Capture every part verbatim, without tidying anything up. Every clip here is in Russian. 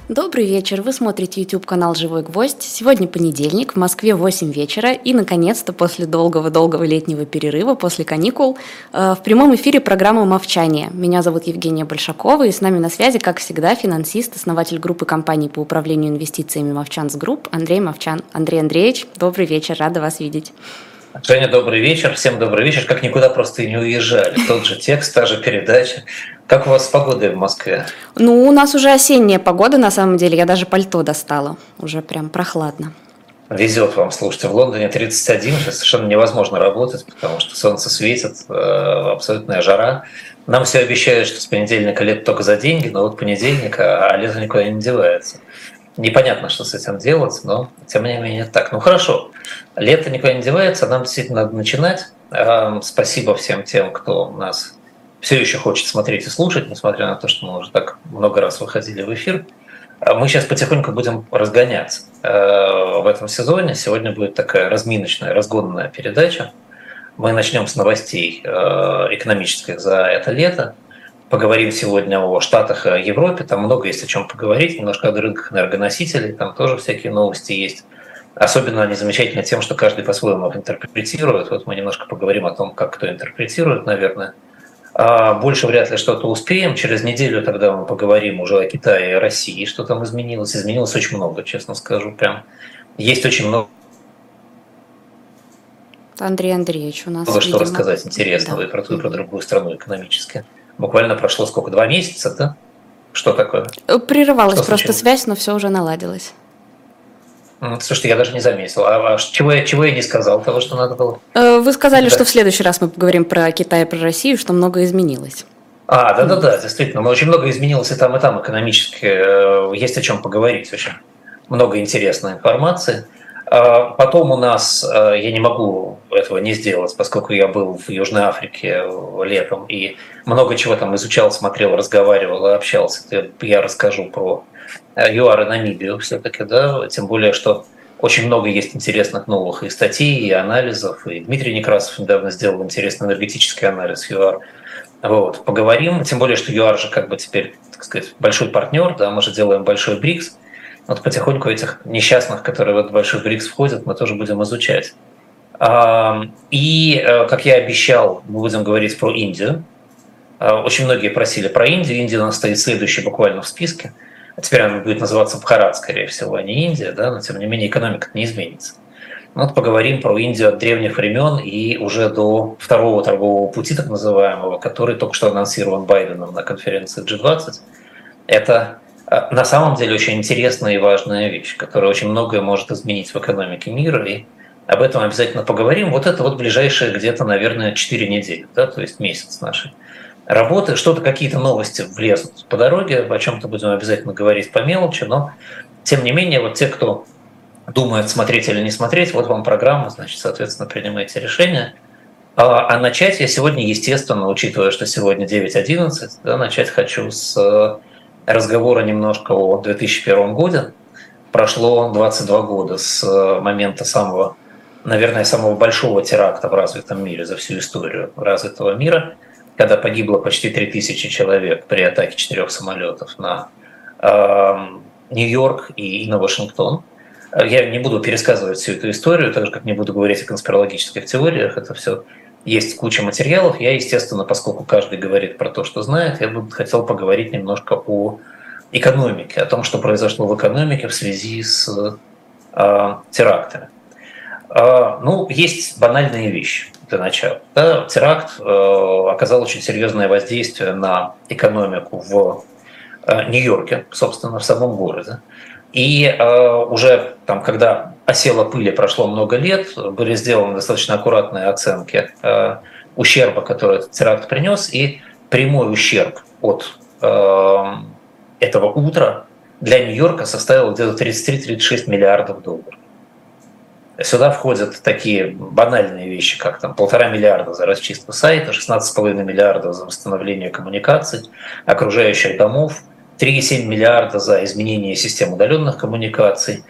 Добрый вечер, вы смотрите YouTube-канал «Живой гвоздь». Сегодня понедельник, в Москве восемь вечера, и, наконец-то, после долгого-долгого летнего перерыва, после каникул, э, в прямом эфире программа «Мовчание». Меня зовут Евгения Большакова, и с нами на связи, как всегда, финансист, основатель группы компаний по управлению инвестициями «Мовчанс Групп» Андрей Мовчан. Андрей Андреевич, добрый вечер, рада вас видеть. Женя, добрый вечер. Всем добрый вечер. Как никуда просто и не уезжали. Тот же текст, та же передача. Как у вас с погодой в Москве? Ну, у нас уже осенняя погода, на самом деле. Я даже пальто достала. Уже прям прохладно. Везет вам, слушайте. В Лондоне тридцать один, сейчас совершенно невозможно работать, потому что солнце светит, абсолютная жара. Нам все обещают, что с понедельника лето только за деньги, но вот понедельник, а лето никуда не девается. Непонятно, что с этим делать, но тем не менее так. Ну хорошо, лето никуда не девается, нам действительно надо начинать. Спасибо всем тем, кто нас все еще хочет смотреть и слушать, несмотря на то, что мы уже так много раз выходили в эфир. Мы сейчас потихоньку будем разгоняться в этом сезоне. Сегодня будет такая разминочная, разгонная передача. Мы начнем с новостей экономических за это лето. Поговорим сегодня о Штатах и Европе, там много есть о чем поговорить, немножко о рынках энергоносителей, там тоже всякие новости есть. Особенно они замечательны тем, что каждый по-своему их интерпретирует. Вот мы немножко поговорим о том, как кто интерпретирует, наверное. А больше вряд ли что-то успеем. Через неделю тогда мы поговорим уже о Китае и России, что там изменилось. Изменилось очень много, честно скажу. Прям есть очень много. Андрей Андреевич, у нас, много что видимо... рассказать интересного, да, и про ту, и про другую страну экономически. Буквально прошло сколько, два месяца, да? Что такое? Прерывалась что просто случилось? связь, но все уже наладилось. Слушайте, я даже не заметил. А чего я, чего я не сказал, того, что надо было? Вы сказали, да. что в следующий раз мы поговорим про Китай и про Россию, что много изменилось. А, да-да-да, действительно. Очень много изменилось и там, и там экономически. Есть о чем поговорить. Очень много интересной информации. Потом у нас, я не могу этого не сделать, поскольку я был в Южной Африке летом и много чего там изучал, смотрел, разговаривал и общался. Я расскажу про ЮАР и Намибию все-таки, да, тем более, что очень много есть интересных новых и статей, и анализов, и Дмитрий Некрасов недавно сделал интересный энергетический анализ ЮАР. Вот, поговорим, тем более, что ЮАР же как бы теперь, так сказать, большой партнер, да, мы же делаем большой БРИКС. Вот потихоньку этих несчастных, которые в этот большой БРИКС входят, мы тоже будем изучать. И, как я обещал, мы будем говорить про Индию. Очень многие просили про Индию. Индия у нас стоит следующей буквально в списке. А теперь она будет называться Бхарат, скорее всего, а не Индия, да? Но тем не менее экономика не изменится. Вот поговорим про Индию от древних времен и уже до второго торгового пути, так называемого, который только что анонсирован Байденом на конференции джи двадцать. Это на самом деле очень интересная и важная вещь, которая очень многое может изменить в экономике мира, и об этом обязательно поговорим. Вот это вот ближайшие где-то, наверное, четыре недели, да, то есть месяц нашей работы. Что-то, какие-то новости влезут по дороге, о чем-то будем обязательно говорить по мелочи, но тем не менее, вот те, кто думает, смотреть или не смотреть, вот вам программа, значит, соответственно, принимайте решение. А начать я сегодня, естественно, учитывая, что сегодня девять одиннадцать, да, начать хочу с разговора немножко о две тысячи первом годе. Прошло двадцать два года с момента самого, наверное, самого большого теракта в развитом мире за всю историю развитого мира, когда погибло почти три тысячи человек при атаке четырех самолетов на э, Нью-Йорк и, и на Вашингтон. Я не буду пересказывать всю эту историю, так же, как не буду говорить о конспирологических теориях, это все есть куча материалов. Я, естественно, поскольку каждый говорит про то, что знает, я бы хотел поговорить немножко о экономике, о том, что произошло в экономике в связи с э, терактами. Э, ну, есть банальные вещи для начала. Да, теракт э, оказал очень серьезное воздействие на экономику в э, Нью-Йорке, собственно, в самом городе. И э, уже там, когда осела пыль, прошло много лет, были сделаны достаточно аккуратные оценки э, ущерба, который этот теракт принес, и прямой ущерб от э, этого утра для Нью-Йорка составил где-то тридцать три - тридцать шесть миллиардов долларов. Сюда входят такие банальные вещи, как там полтора миллиарда за расчистку сайта, шестнадцать с половиной миллиардов за восстановление коммуникаций, окружающих домов, три целых семь десятых миллиарда за изменение систем удаленных коммуникаций.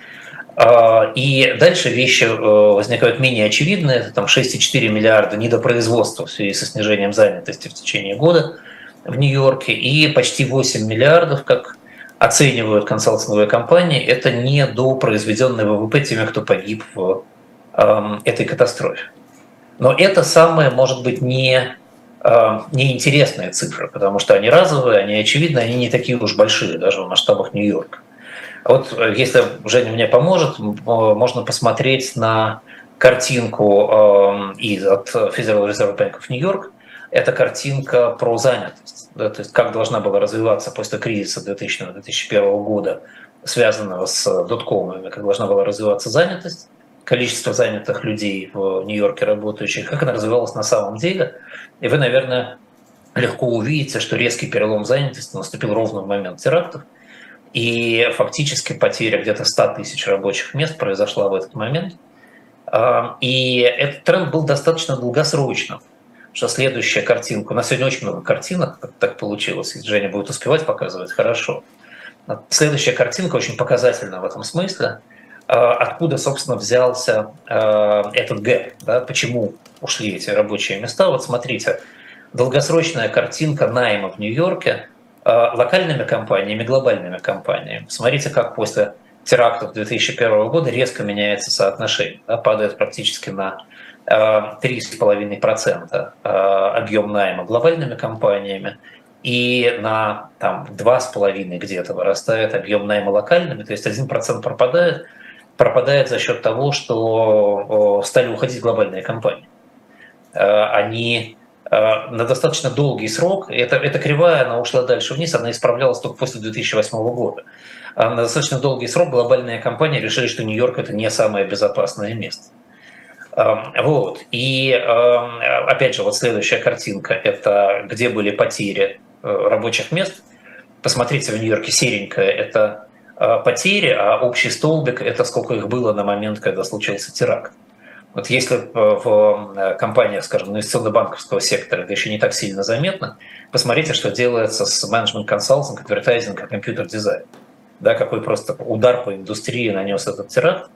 И дальше вещи возникают менее очевидные. Это там шесть целых четыре десятых миллиарда недопроизводства в связи со снижением занятости в течение года в Нью-Йорке и почти восемь миллиардов, как оценивают консалтинговые компании, это не допроизведенный ВВП теми, кто погиб в э, этой катастрофе. Но это самое, может быть, не, э, неинтересные цифры, потому что они разовые, они очевидны, они не такие уж большие, даже в масштабах Нью-Йорка. Вот если Женя мне поможет, можно посмотреть на картинку э, из, от Federal Reserve Bank of New York. Это картинка про занятость, да, то есть как должна была развиваться после кризиса две тысячного — две тысячи первого года, связанного с доткомами, как должна была развиваться занятость, количество занятых людей в Нью-Йорке работающих, как она развивалась на самом деле. И вы, наверное, легко увидите, что резкий перелом занятости наступил ровно в момент терактов, и фактически потеря где-то ста тысяч рабочих мест произошла в этот момент. И этот тренд был достаточно долгосрочным. Что следующая картинка, у нас сегодня очень много картинок, как так получилось, и Женя будет успевать показывать хорошо. Следующая картинка очень показательна в этом смысле, откуда, собственно, взялся этот гэп, да, почему ушли эти рабочие места. Вот смотрите, долгосрочная картинка найма в Нью-Йорке локальными компаниями, глобальными компаниями. Смотрите, как после терактов две тысячи первого года резко меняется соотношение, да, падает практически на три с половиной процента объем найма глобальными компаниями, и на там, два с половиной где-то вырастает объем найма локальными, то есть один процент пропадает, пропадает за счет того, что стали уходить глобальные компании. Они на достаточно долгий срок, это, эта кривая, она ушла дальше вниз, она исправлялась только после две тысячи восьмого года. На достаточно долгий срок глобальные компании решили, что Нью-Йорк – это не самое безопасное место. Вот. И опять же, вот следующая картинка – это где были потери рабочих мест. Посмотрите, в Нью-Йорке серенькая – это потери, а общий столбик – это сколько их было на момент, когда случился теракт. Вот если в компаниях, скажем, инвестиционно-банковского сектора это еще не так сильно заметно, посмотрите, что делается с менеджмент-консалтинг, адвертайзинг и компьютер-дизайн. Да, какой просто удар по индустрии нанес этот теракт.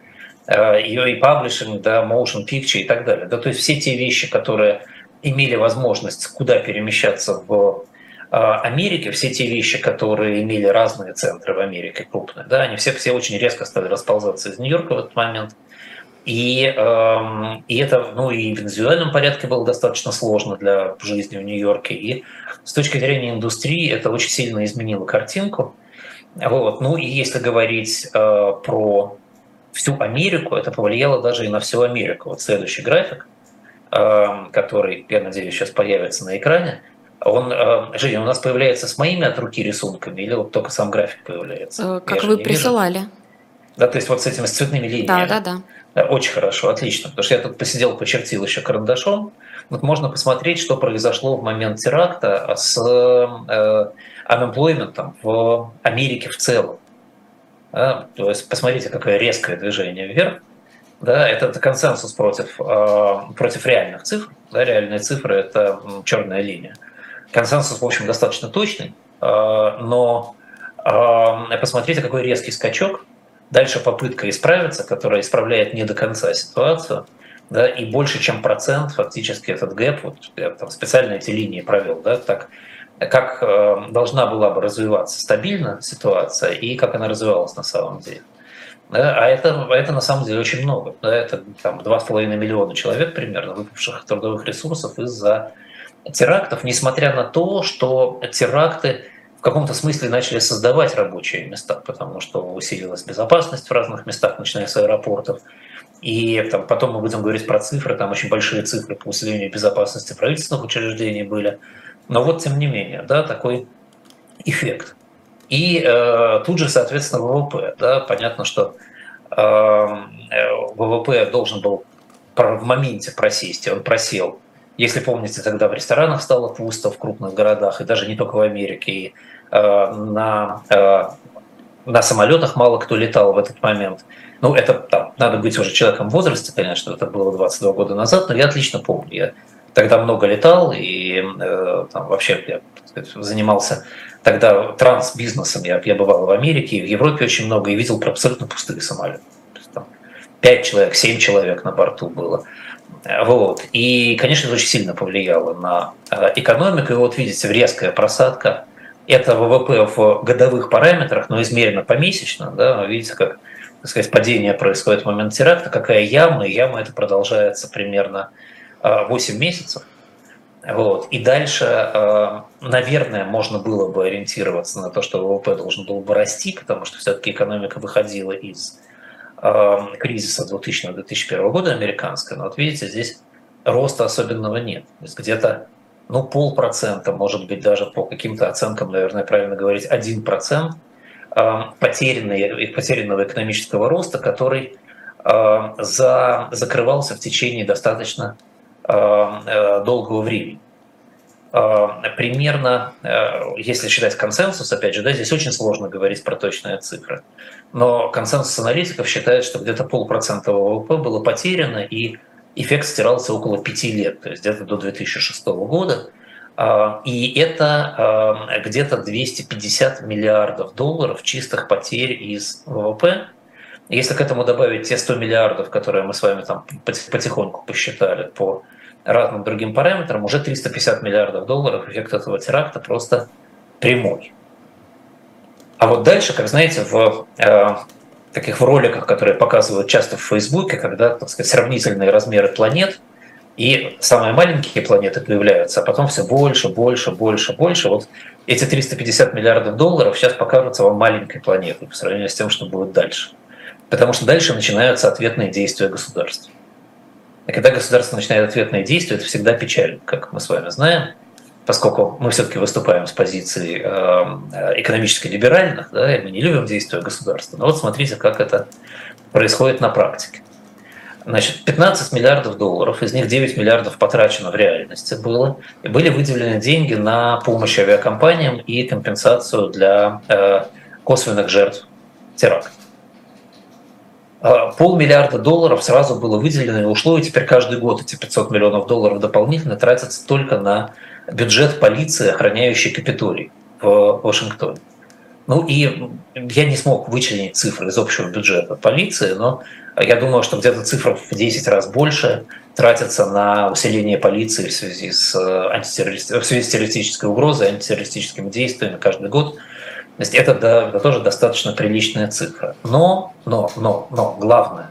И паблишинг, да, motion picture и так далее. Да, то есть все те вещи, которые имели возможность куда перемещаться в Америке, все те вещи, которые имели разные центры в Америке крупные, да, они все, все очень резко стали расползаться из Нью-Йорка в этот момент. И, э, и это, ну, и в индивидуальном порядке было достаточно сложно для жизни в Нью-Йорке. И с точки зрения индустрии это очень сильно изменило картинку. Вот. Ну и если говорить э, про всю Америку, это повлияло даже и на всю Америку. Вот следующий график, э, который, я надеюсь, сейчас появится на экране, он, э, Женя, у нас появляется с моими от руки рисунками или вот только сам график появляется? Как вы присылали. Вижу. Да, то есть вот с этими с цветными линиями. Да, да, да. Очень хорошо, отлично, потому что я тут посидел, почертил еще карандашом. Вот можно посмотреть, что произошло в момент теракта с э, unemployment в Америке в целом. Да, то есть посмотрите, какое резкое движение вверх. Да, это, это консенсус против, э, против реальных цифр. Да, реальные цифры – это черная линия. Консенсус, в общем, достаточно точный, э, но э, посмотрите, какой резкий скачок. Дальше попытка исправиться, которая исправляет не до конца ситуацию, да, и больше, чем процент, фактически этот гэп, вот я там специально эти линии провел, да, так, как э, должна была бы развиваться стабильно ситуация и как она развивалась на самом деле. Да, а это, это на самом деле очень много. Да, это там два с половиной миллиона человек примерно, выпавших трудовых ресурсов из-за терактов, несмотря на то, что теракты в каком-то смысле начали создавать рабочие места, потому что усилилась безопасность в разных местах, начиная с аэропортов. И там, потом мы будем говорить про цифры, там очень большие цифры по усилению безопасности правительственных учреждений были. Но вот, тем не менее, да, такой эффект. И э, тут же, соответственно, ВВП. Да, понятно, что э, ВВП должен был в моменте просесть, и он просел. Если помните, тогда в ресторанах стало пусто в крупных городах, и даже не только в Америке, и э, на, э, на самолетах мало кто летал в этот момент. Ну, это там, надо быть уже человеком в возрасте, конечно, это было двадцать два года назад, но я отлично помню. Я тогда много летал, и э, там, вообще я, так сказать, занимался тогда трансбизнесом. Я, я бывал в Америке, и в Европе очень много, и видел абсолютно пустые самолеты. Там пять человек, семь человек на борту было. Вот. И, конечно, это очень сильно повлияло на экономику. И вот видите, резкая просадка Это ВВП в годовых параметрах, но измерено помесячно. Да, видите, как, так сказать, падение происходит в момент теракта, какая яма, и яма это продолжается примерно восемь месяцев. Вот. И дальше, наверное, можно было бы ориентироваться на то, что ВВП должен был бы расти, потому что все-таки экономика выходила из кризиса двухтысячного — две тысячи первого года американская. Но вот видите, здесь роста особенного нет. То есть где-то ну, полпроцента, может быть, даже по каким-то оценкам, наверное, правильно говорить, один процент потерянного, потерянного экономического роста, который за, закрывался в течение достаточно долгого времени. Примерно, если считать консенсус, опять же, да, здесь очень сложно говорить про точные цифры, но консенсус аналитиков считает, что где-то полпроцента ВВП было потеряно, и эффект стирался около пяти лет, то есть где-то до две тысячи шестого года, и это где-то двести пятьдесят миллиардов долларов чистых потерь из ВВП. Если к этому добавить те сто миллиардов, которые мы с вами там потихоньку посчитали по разным другим параметрам, уже триста пятьдесят миллиардов долларов эффект этого теракта просто прямой. А вот дальше, как знаете, в э, таких в роликах, которые показывают часто в Фейсбуке, когда, так сказать, сравнительные размеры планет, и самые маленькие планеты появляются, а потом все больше, больше, больше, больше. Вот эти триста пятьдесят миллиардов долларов сейчас покажутся вам маленькой планетой по сравнению с тем, что будет дальше. Потому что дальше начинаются ответные действия государств. И когда государство начинает ответные действия, это всегда печально, как мы с вами знаем, поскольку мы все-таки выступаем с позиции экономически либеральных, да, и мы не любим действия государства. Но вот смотрите, как это происходит на практике. Значит, пятнадцать миллиардов долларов, из них девять миллиардов потрачено в реальности было, и были выделены деньги на помощь авиакомпаниям и компенсацию для косвенных жертв теракта. Полмиллиарда долларов сразу было выделено и ушло, и теперь каждый год эти пятьсот миллионов долларов дополнительно тратятся только на бюджет полиции, охраняющей Капитолий в Вашингтоне. Ну и я не смог вычленить цифры из общего бюджета полиции, но я думаю, что где-то цифра в десять раз больше тратится на усиление полиции в связи с, антитеррористи... в связи с террористической угрозой, антитеррористическими действиями каждый год. То есть это, да, это тоже достаточно приличная цифра. Но, но, но, но главное,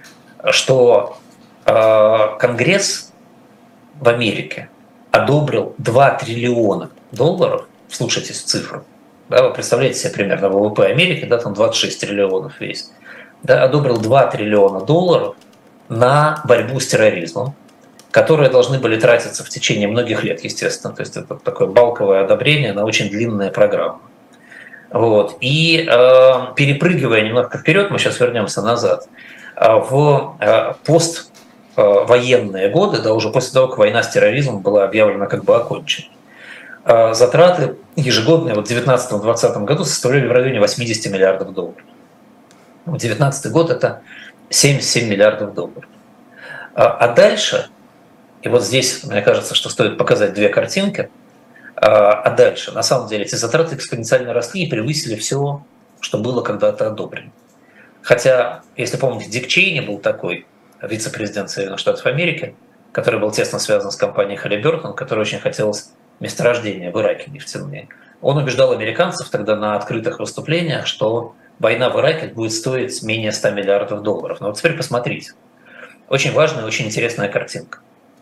что э, Конгресс в Америке одобрил два триллиона долларов, вслушайтесь в цифру, да, вы представляете себе примерно ВВП Америки, да, там двадцать шесть триллионов весь, да, одобрил два триллиона долларов на борьбу с терроризмом, которые должны были тратиться в течение многих лет, естественно. То есть это такое балковое одобрение на очень длинная программа. Вот. И э, перепрыгивая немножко вперед, мы сейчас вернемся назад, э, в э, поствоенные годы, да, уже после того, как война с терроризмом была объявлена как бы оконченной, э, затраты ежегодные вот в две тысячи девятнадцатом — две тысячи двадцатом году составляли в районе восемьдесят миллиардов долларов. две тысячи девятнадцатый год – это семьдесят семь миллиардов долларов. А, а дальше, и вот здесь, мне кажется, что стоит показать две картинки. А дальше, на самом деле, эти затраты экспоненциально росли и превысили все, что было когда-то одобрено. Хотя, если помните, Дик Чейни был такой вице-президент Соединенных Штатов Америки, который был тесно связан с компанией Halliburton, которой очень хотелось месторождения в Ираке нефтяные. Он убеждал американцев тогда на открытых выступлениях, что война в Ираке будет стоить менее ста миллиардов долларов. Но вот теперь посмотрите. Очень важная, очень интересная картинка.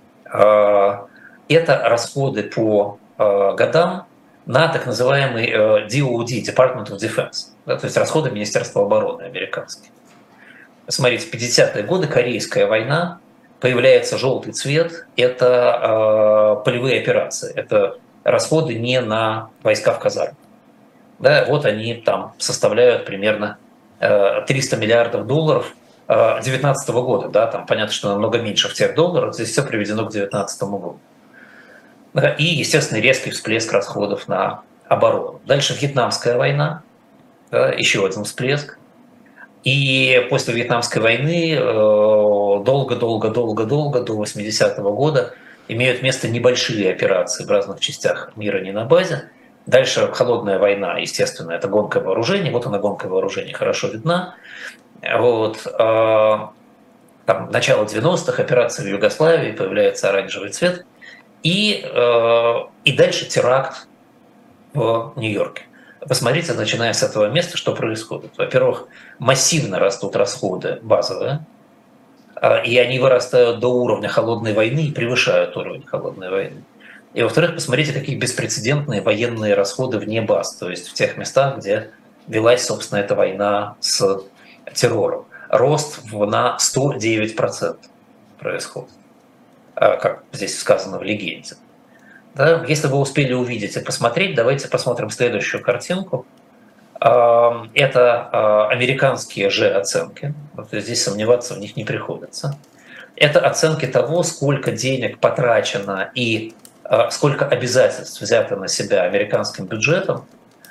Это расходы по годам на так называемый ди о ди, Department of Defense, да, то есть расходы Министерства обороны американские. Смотрите, в пятидесятые годы Корейская война, появляется желтый цвет, это э, полевые операции, это расходы не на войска в казармах. Да, вот они там составляют примерно э, триста миллиардов долларов две тысячи девятнадцатого года, да, там понятно, что намного меньше в тех долларах, здесь все приведено к две тысячи девятнадцатому году. И, естественно, резкий всплеск расходов на оборону. Дальше Вьетнамская война, да, еще один всплеск. И после Вьетнамской войны долго-долго-долго-долго, до восьмидесятого года, имеют место небольшие операции в разных частях мира, не на базе. Дальше холодная война, естественно, это гонка вооружений. Вот она, гонка вооружений, хорошо видна. Вот. Там, начало девяностых, операция в Югославии, появляется оранжевый цвет. И, э, и дальше теракт в Нью-Йорке. Посмотрите, начиная с этого места, что происходит. Во-первых, массивно растут расходы базовые, и они вырастают до уровня холодной войны и превышают уровень холодной войны. И, во-вторых, посмотрите, какие беспрецедентные военные расходы вне баз, то есть в тех местах, где велась, собственно, эта война с террором. Рост на сто девять процентов происходит, как здесь сказано в легенде. Да? Если вы успели увидеть и посмотреть, давайте посмотрим следующую картинку. Это американские же оценки. Вот здесь сомневаться в них не приходится. Это оценки того, сколько денег потрачено и сколько обязательств взято на себя американским бюджетом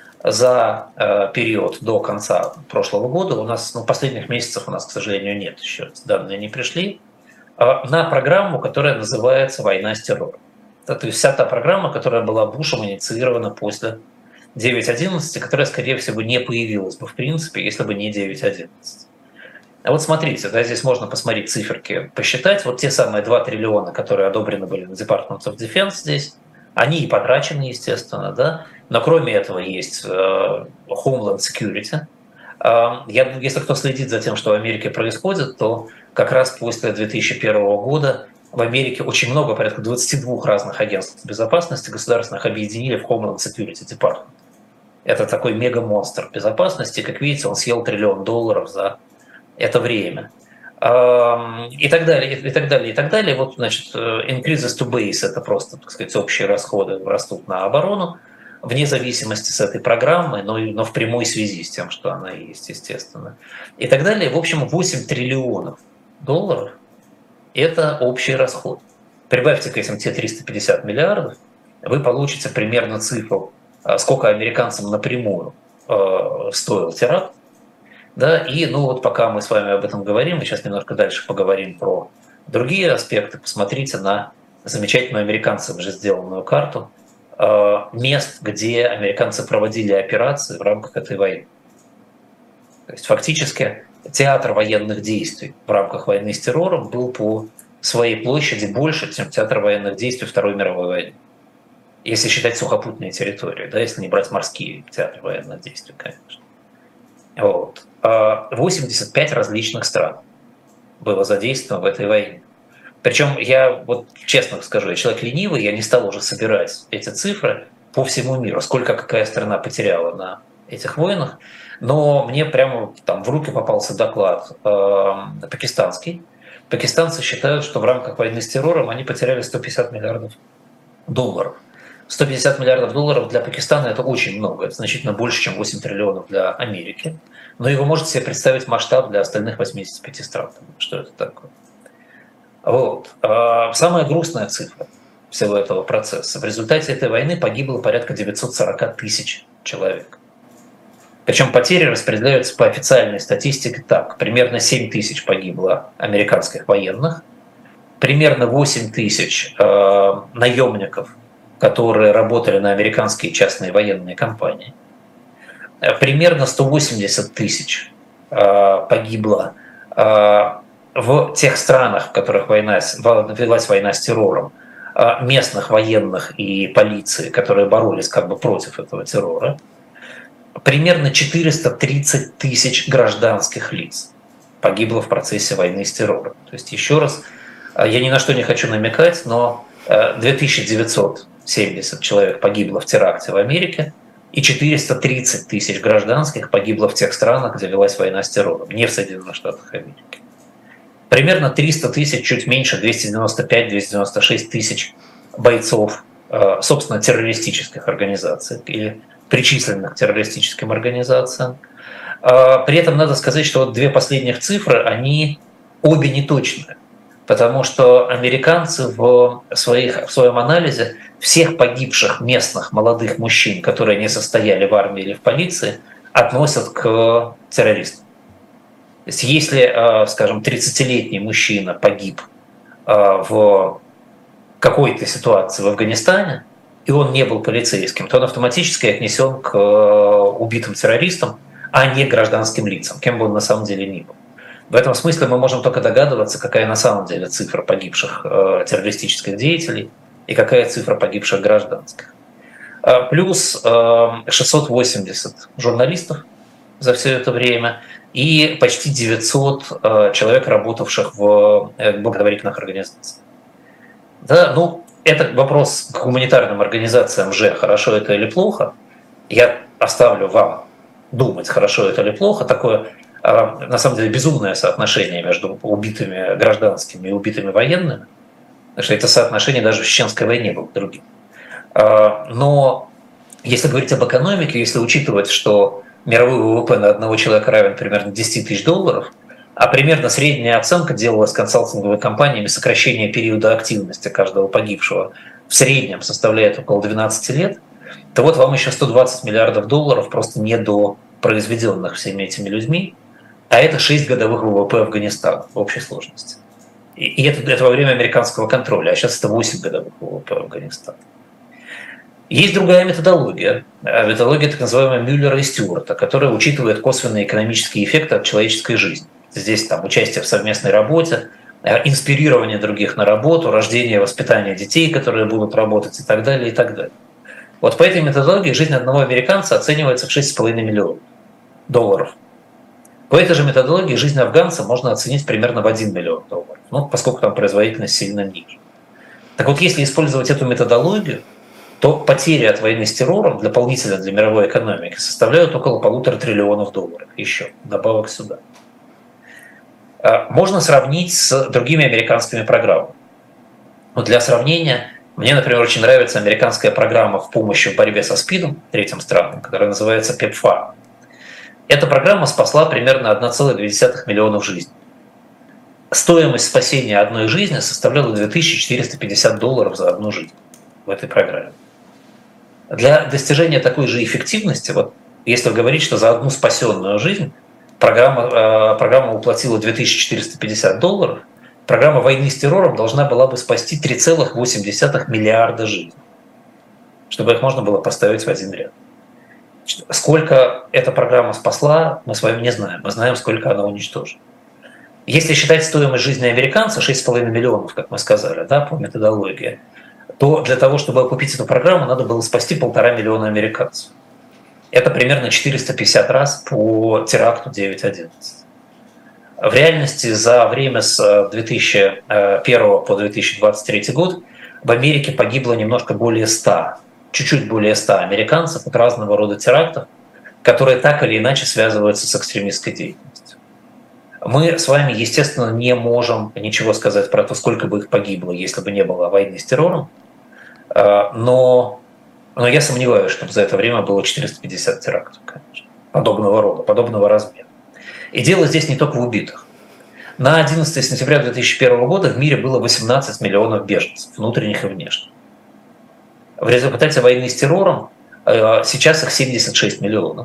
за период до конца прошлого года. У нас, ну, последних месяцев у нас, к сожалению, нет еще, данные не пришли, на программу, которая называется «Война с террором». То есть вся та программа, которая была Бушем инициирована после девять одиннадцать, которая, скорее всего, не появилась бы в принципе, если бы не девять одиннадцать. А вот смотрите, да, здесь можно посмотреть циферки, посчитать. Вот те самые два триллиона, которые одобрены были на Department of Defense здесь, они и потрачены, естественно, да. Но кроме этого есть э, Homeland Security. Э, я, если кто следит за тем, что в Америке происходит, то как раз после две тысячи первого года в Америке очень много, порядка двадцати двух разных агентств безопасности государственных объединили в Homeland Security Department. Это такой мега-монстр безопасности. Как видите, он съел триллион долларов за это время. И так далее, и так далее, и так далее. Вот, значит, increases to base – это просто, так сказать, общие расходы растут на оборону, вне зависимости с этой программы, но, но в прямой связи с тем, что она есть, естественно. И так далее. В общем, восемь триллионов долларов – это общий расход. Прибавьте к этим те триста пятьдесят миллиардов, вы получите примерно цифру, сколько американцам напрямую стоил теракт. Да, и ну вот пока мы с вами об этом говорим, мы сейчас немножко дальше поговорим про другие аспекты. Посмотрите на замечательную американцами уже сделанную карту э, мест, где американцы проводили операции в рамках этой войны. То есть фактически театр военных действий в рамках войны с террором был по своей площади больше, чем театр военных действий Второй мировой войны. Если считать сухопутные территории, да, если не брать морские театры военных действий, конечно. Вот. восемьдесят пять различных стран было задействовано в этой войне. Причем я, вот честно скажу, я человек ленивый, я не стал уже собирать эти цифры по всему миру, сколько какая страна потеряла на этих войнах, но мне прямо там в руки попался доклад э, пакистанский. Пакистанцы считают, что в рамках войны с террором они потеряли сто пятьдесят миллиардов долларов. сто пятьдесят миллиардов долларов для Пакистана – это очень много, это значительно больше, чем восемь триллионов для Америки. Но и вы можете себе представить масштаб для остальных восьмидесяти пяти стран. Что это такое? Вот. Самая грустная цифра всего этого процесса. В результате этой войны погибло порядка девятьсот сорок тысяч человек. Причем потери распределяются по официальной статистике так. Примерно семь тысяч погибло американских военных, примерно восемь тысяч э, наемников, которые работали на американские частные военные компании. Примерно сто восемьдесят тысяч погибло в тех странах, в которых война, велась война с террором, местных военных и полиции, которые боролись как бы против этого террора. Примерно четыреста тридцать тысяч гражданских лиц погибло в процессе войны с террором. То есть, еще раз, я ни на что не хочу намекать, но две тысячи девятьсот семьдесят человек погибло в теракте в Америке, и четыреста тридцать тысяч гражданских погибло в тех странах, где велась война с террором, не в Соединенных Штатах Америки. Примерно триста тысяч, чуть меньше, двести девяносто пять - двести девяносто шесть тысяч бойцов, собственно, террористических организаций или причисленных к террористическим организациям. При этом надо сказать, что вот две последних цифры, они обе неточные. Потому что американцы в, своих, в своем анализе всех погибших местных молодых мужчин, которые не состояли в армии или в полиции, относят к террористам. То есть если, скажем, тридцатилетний мужчина погиб в какой-то ситуации в Афганистане, и он не был полицейским, то он автоматически отнесен к убитым террористам, а не к гражданским лицам, кем бы он на самом деле ни был. В этом смысле мы можем только догадываться, какая на самом деле цифра погибших э, террористических деятелей и какая цифра погибших гражданских. плюс шестьсот восемьдесят журналистов за все это время и почти девятьсот человек, работавших в благотворительных организациях. Да, ну, это вопрос к гуманитарным организациям же, хорошо это или плохо. Я оставлю вам думать, хорошо это или плохо. Такое, на самом деле, безумное соотношение между убитыми гражданскими и убитыми военными. Потому что это соотношение даже в Чеченской войне было другим. Но если говорить об экономике, если учитывать, что мировой ВВП на одного человека равен примерно десять тысяч долларов, а примерно средняя оценка делалась консалтинговыми компаниями сокращения периода активности каждого погибшего в среднем составляет около двенадцати лет, то вот вам еще сто двадцать миллиардов долларов просто недопроизведенных всеми этими людьми, а это шесть годовых ВВП Афганистана в общей сложности. И это, это во время американского контроля, а сейчас это восемь годовых ВВП Афганистана. Есть другая методология, методология так называемая Мюллера и Стюарта, которая учитывает косвенные экономические эффекты от человеческой жизни. Здесь там участие в совместной работе, инспирирование других на работу, рождение, воспитание детей, которые будут работать и так далее, и так далее. Вот по этой методологии жизнь одного американца оценивается в шесть с половиной миллионов долларов. По этой же методологии жизнь афганца можно оценить примерно в один миллион долларов, ну, поскольку там производительность сильно ниже. Так вот, если использовать эту методологию, то потери от войны с террором дополнительно для мировой экономики составляют около полутора триллионов долларов еще, добавок сюда. Можно сравнить с другими американскими программами. Но для сравнения, мне, например, очень нравится американская программа в помощи в борьбе со СПИДом третьим странам, которая называется пепфар. Эта программа спасла примерно одна целая две десятых миллионов жизней. Стоимость спасения одной жизни составляла две тысячи четыреста пятьдесят долларов за одну жизнь в этой программе. Для достижения такой же эффективности, вот если говорить, что за одну спасенную жизнь программа, программа уплатила две тысячи четыреста пятьдесят долларов, программа войны с террором должна была бы спасти три целых восемь десятых миллиарда жизней, чтобы их можно было поставить в один ряд. Сколько эта программа спасла, мы с вами не знаем. Мы знаем, сколько она уничтожила. Если считать стоимость жизни американца шесть с половиной миллионов, как мы сказали, да, по методологии, то для того, чтобы окупить эту программу, надо было спасти полтора миллиона американцев. Это примерно четыреста пятьдесят раз по теракту девять одиннадцать. В реальности за время с две тысячи первого по две тысячи двадцать третий год в Америке погибло немножко более ста, чуть-чуть более ста американцев от разного рода терактов, которые так или иначе связываются с экстремистской деятельностью. Мы с вами, естественно, не можем ничего сказать про то, сколько бы их погибло, если бы не было войны с террором, но, но я сомневаюсь, что за это время было четыреста пятьдесят терактов, конечно, подобного рода, подобного размера. И дело здесь не только в убитых. На одиннадцатое сентября две тысячи первого года в мире было восемнадцать миллионов беженцев, внутренних и внешних. В результате войны с террором сейчас их семьдесят шесть миллионов.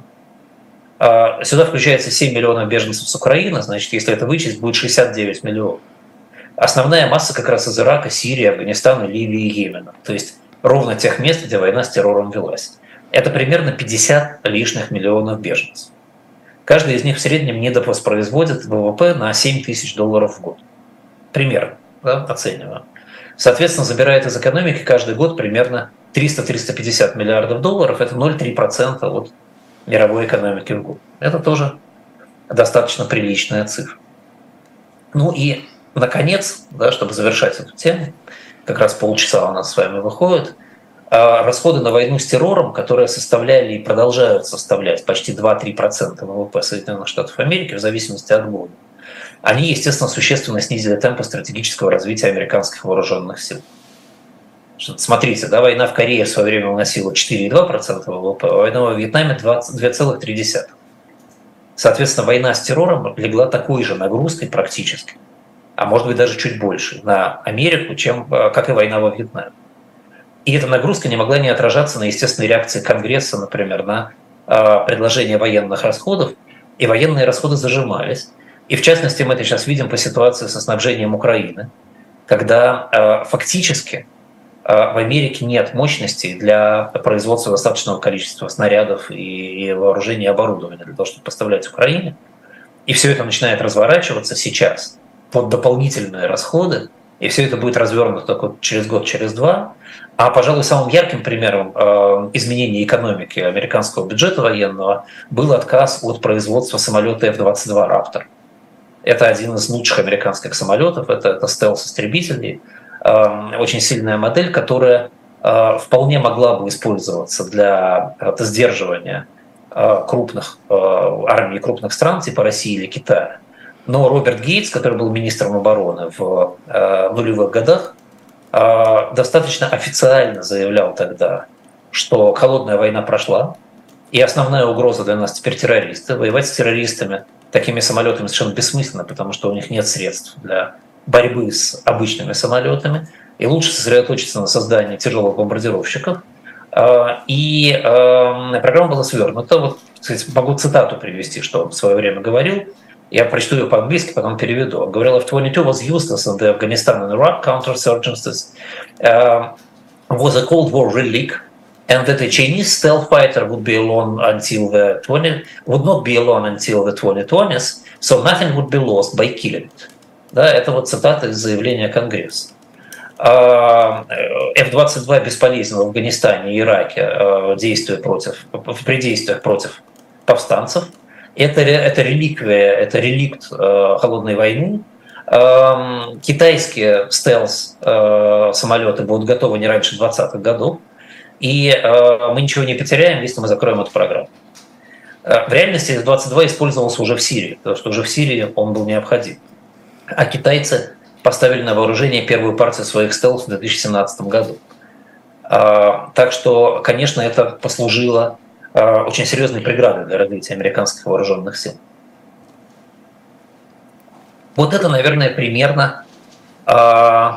Сюда включается семь миллионов беженцев с Украины, значит, если это вычесть, будет шестьдесят девять миллионов. Основная масса как раз из Ирака, Сирии, Афганистана, Ливии и Йемена. То есть ровно тех мест, где война с террором велась. Это примерно пятьдесят лишних миллионов беженцев. Каждый из них в среднем недовоспроизводит ВВП на семь тысяч долларов в год. Примерно, да, оцениваем. Соответственно, забирает из экономики каждый год примерно триста - триста пятьдесят миллиардов долларов. Это ноль целых три десятых процента от мировой экономики в год. Это тоже достаточно приличная цифра. Ну и, наконец, да, чтобы завершать эту тему, как раз полчаса у нас с вами выходит, расходы на войну с террором, которые составляли и продолжают составлять почти два-три процента ВВП Соединенных Штатов Америки в зависимости от года, они, естественно, существенно снизили темпы стратегического развития американских вооруженных сил. Смотрите, да, война в Корее в свое время уносила четыре целых две десятых процента ВВП, а война во Вьетнаме два целых три десятых процента. Соответственно, война с террором легла такой же нагрузкой практически, а может быть даже чуть больше, на Америку, чем, как и война во Вьетнаме. И эта нагрузка не могла не отражаться на естественной реакции Конгресса, например, на предложение военных расходов, и военные расходы зажимались. И в частности, мы это сейчас видим по ситуации со снабжением Украины, когда фактически в Америке нет мощностей для производства достаточного количества снарядов и вооружения и оборудования для того, чтобы поставлять Украине. И все это начинает разворачиваться сейчас под дополнительные расходы, и все это будет развернуто только через год, через два. А, пожалуй, самым ярким примером изменения экономики американского бюджета военного был отказ от производства самолета эф двадцать два «Раптор». Это один из лучших американских самолетов, это, это стелс-истребителей, очень сильная модель, которая вполне могла бы использоваться для сдерживания крупных армий крупных стран, типа России или Китая. Но Роберт Гейтс, который был министром обороны в нулевых годах, достаточно официально заявлял тогда, что холодная война прошла, и основная угроза для нас теперь террористы. Воевать с террористами такими самолетами совершенно бессмысленно, потому что у них нет средств для борьбы с обычными самолетами, и лучше сосредоточиться на создании тяжелых бомбардировщиков. И программа была свернута. Вот, кстати, могу цитату привести, что он в свое время говорил. Я прочту ее по-английски, потом переведу. Он говорил, эф двадцать два was useless in the Afghanistan and Iraq counterinsurgencies, uh, was a Cold War relic, and that a Chinese stealth fighter would be alone until the twenty would not be alone until the twenty twenties, so nothing would be lost by killing it. Да, это вот цитата из заявления Конгресса. эф двадцать два бесполезен в Афганистане и Ираке, действуя против, при действиях против повстанцев. Это, это реликвия, это реликт э, холодной войны. Э, китайские стелс-самолеты э, будут готовы не раньше двадцатых годов. И э, мы ничего не потеряем, если мы закроем эту программу. Э, в реальности эф двадцать два использовался уже в Сирии, потому что уже в Сирии он был необходим. А китайцы поставили на вооружение первую партию своих стелс в две тысячи семнадцатом году. Э, так что, конечно, это послужило очень серьезной преградой для развития американских вооруженных сил. Вот это, наверное, примерно э,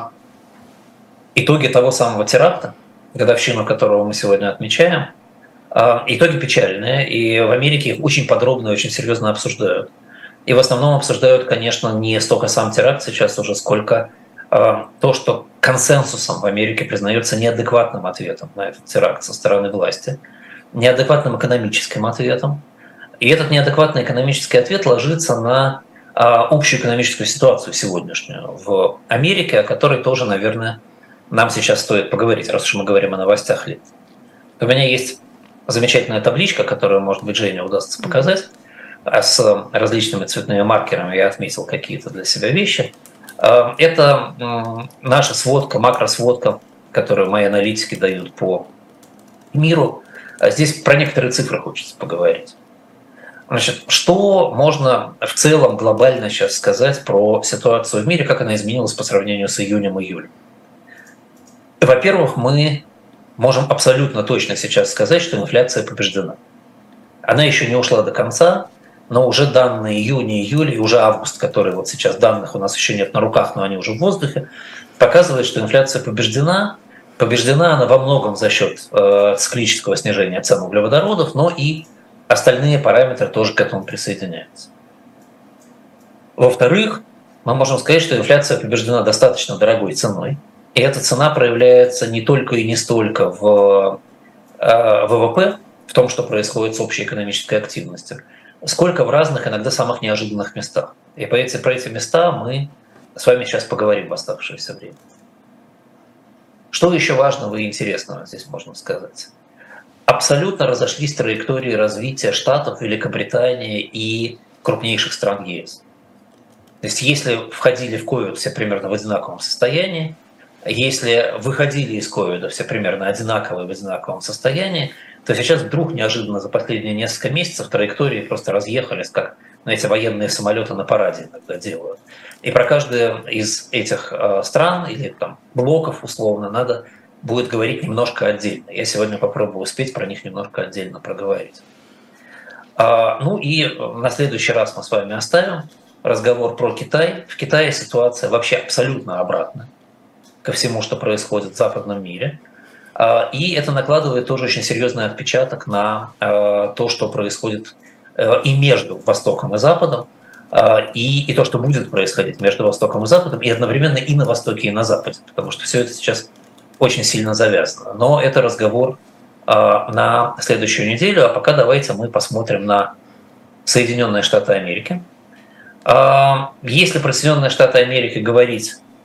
итоги того самого теракта, годовщину которого мы сегодня отмечаем. Э, итоги печальные, и в Америке их очень подробно и очень серьезно обсуждают. И в основном обсуждают, конечно, не столько сам теракт сейчас уже, сколько э, то, что консенсусом в Америке признается неадекватным ответом на этот теракт со стороны власти, неадекватным экономическим ответом. И этот неадекватный экономический ответ ложится на а, общую экономическую ситуацию сегодняшнюю в Америке, о которой тоже, наверное, нам сейчас стоит поговорить, раз уж мы говорим о новостях лет. У меня есть замечательная табличка, которую, может быть, Жене удастся показать, с различными цветными маркерами. Я отметил какие-то для себя вещи. Это наша сводка, макросводка, которую мои аналитики дают по миру. Здесь про некоторые цифры хочется поговорить. Значит, что можно в целом глобально сейчас сказать про ситуацию в мире, как она изменилась по сравнению с июнем-июлем? Во-первых, мы можем абсолютно точно сейчас сказать, что инфляция побеждена. Она еще не ушла до конца, но уже данные июня, июля и уже август, который вот сейчас данных у нас еще нет на руках, но они уже в воздухе, показывает, что инфляция побеждена. Побеждена она во многом за счет э, циклического снижения цен углеводородов, но и остальные параметры тоже к этому присоединяются. Во-вторых, мы можем сказать, что инфляция побеждена достаточно дорогой ценой, и эта цена проявляется не только и не столько в э, ВВП, в том, что происходит с общей экономической активностью, сколько в разных, иногда самых неожиданных местах. И по эти, про эти места мы с вами сейчас поговорим в оставшееся время. Что еще важного и интересного здесь можно сказать? Абсолютно разошлись траектории развития Штатов, Великобритании и крупнейших стран ЕС. То есть если входили в ковид все примерно в одинаковом состоянии, если выходили из ковида все примерно одинаково в одинаковом состоянии, то сейчас вдруг неожиданно за последние несколько месяцев траектории просто разъехались, как, знаете, военные самолеты на параде иногда делают. И про каждую из этих э, стран или там, блоков условно надо будет говорить немножко отдельно. Я сегодня попробую успеть про них немножко отдельно проговорить. А, ну и на следующий раз мы с вами оставим разговор про Китай. В Китае ситуация вообще абсолютно обратная ко всему, что происходит в западном мире. А, и это накладывает тоже очень серьезный отпечаток на а, то, что происходит а, и между Востоком и Западом, И, и то, что будет происходить между Востоком и Западом, и одновременно и на Востоке, и на Западе, потому что все это сейчас очень сильно завязано. Но это разговор а, на следующую неделю, а пока давайте мы посмотрим на Соединенные Штаты Америки. А, если про Соединенные Штаты Америки говорить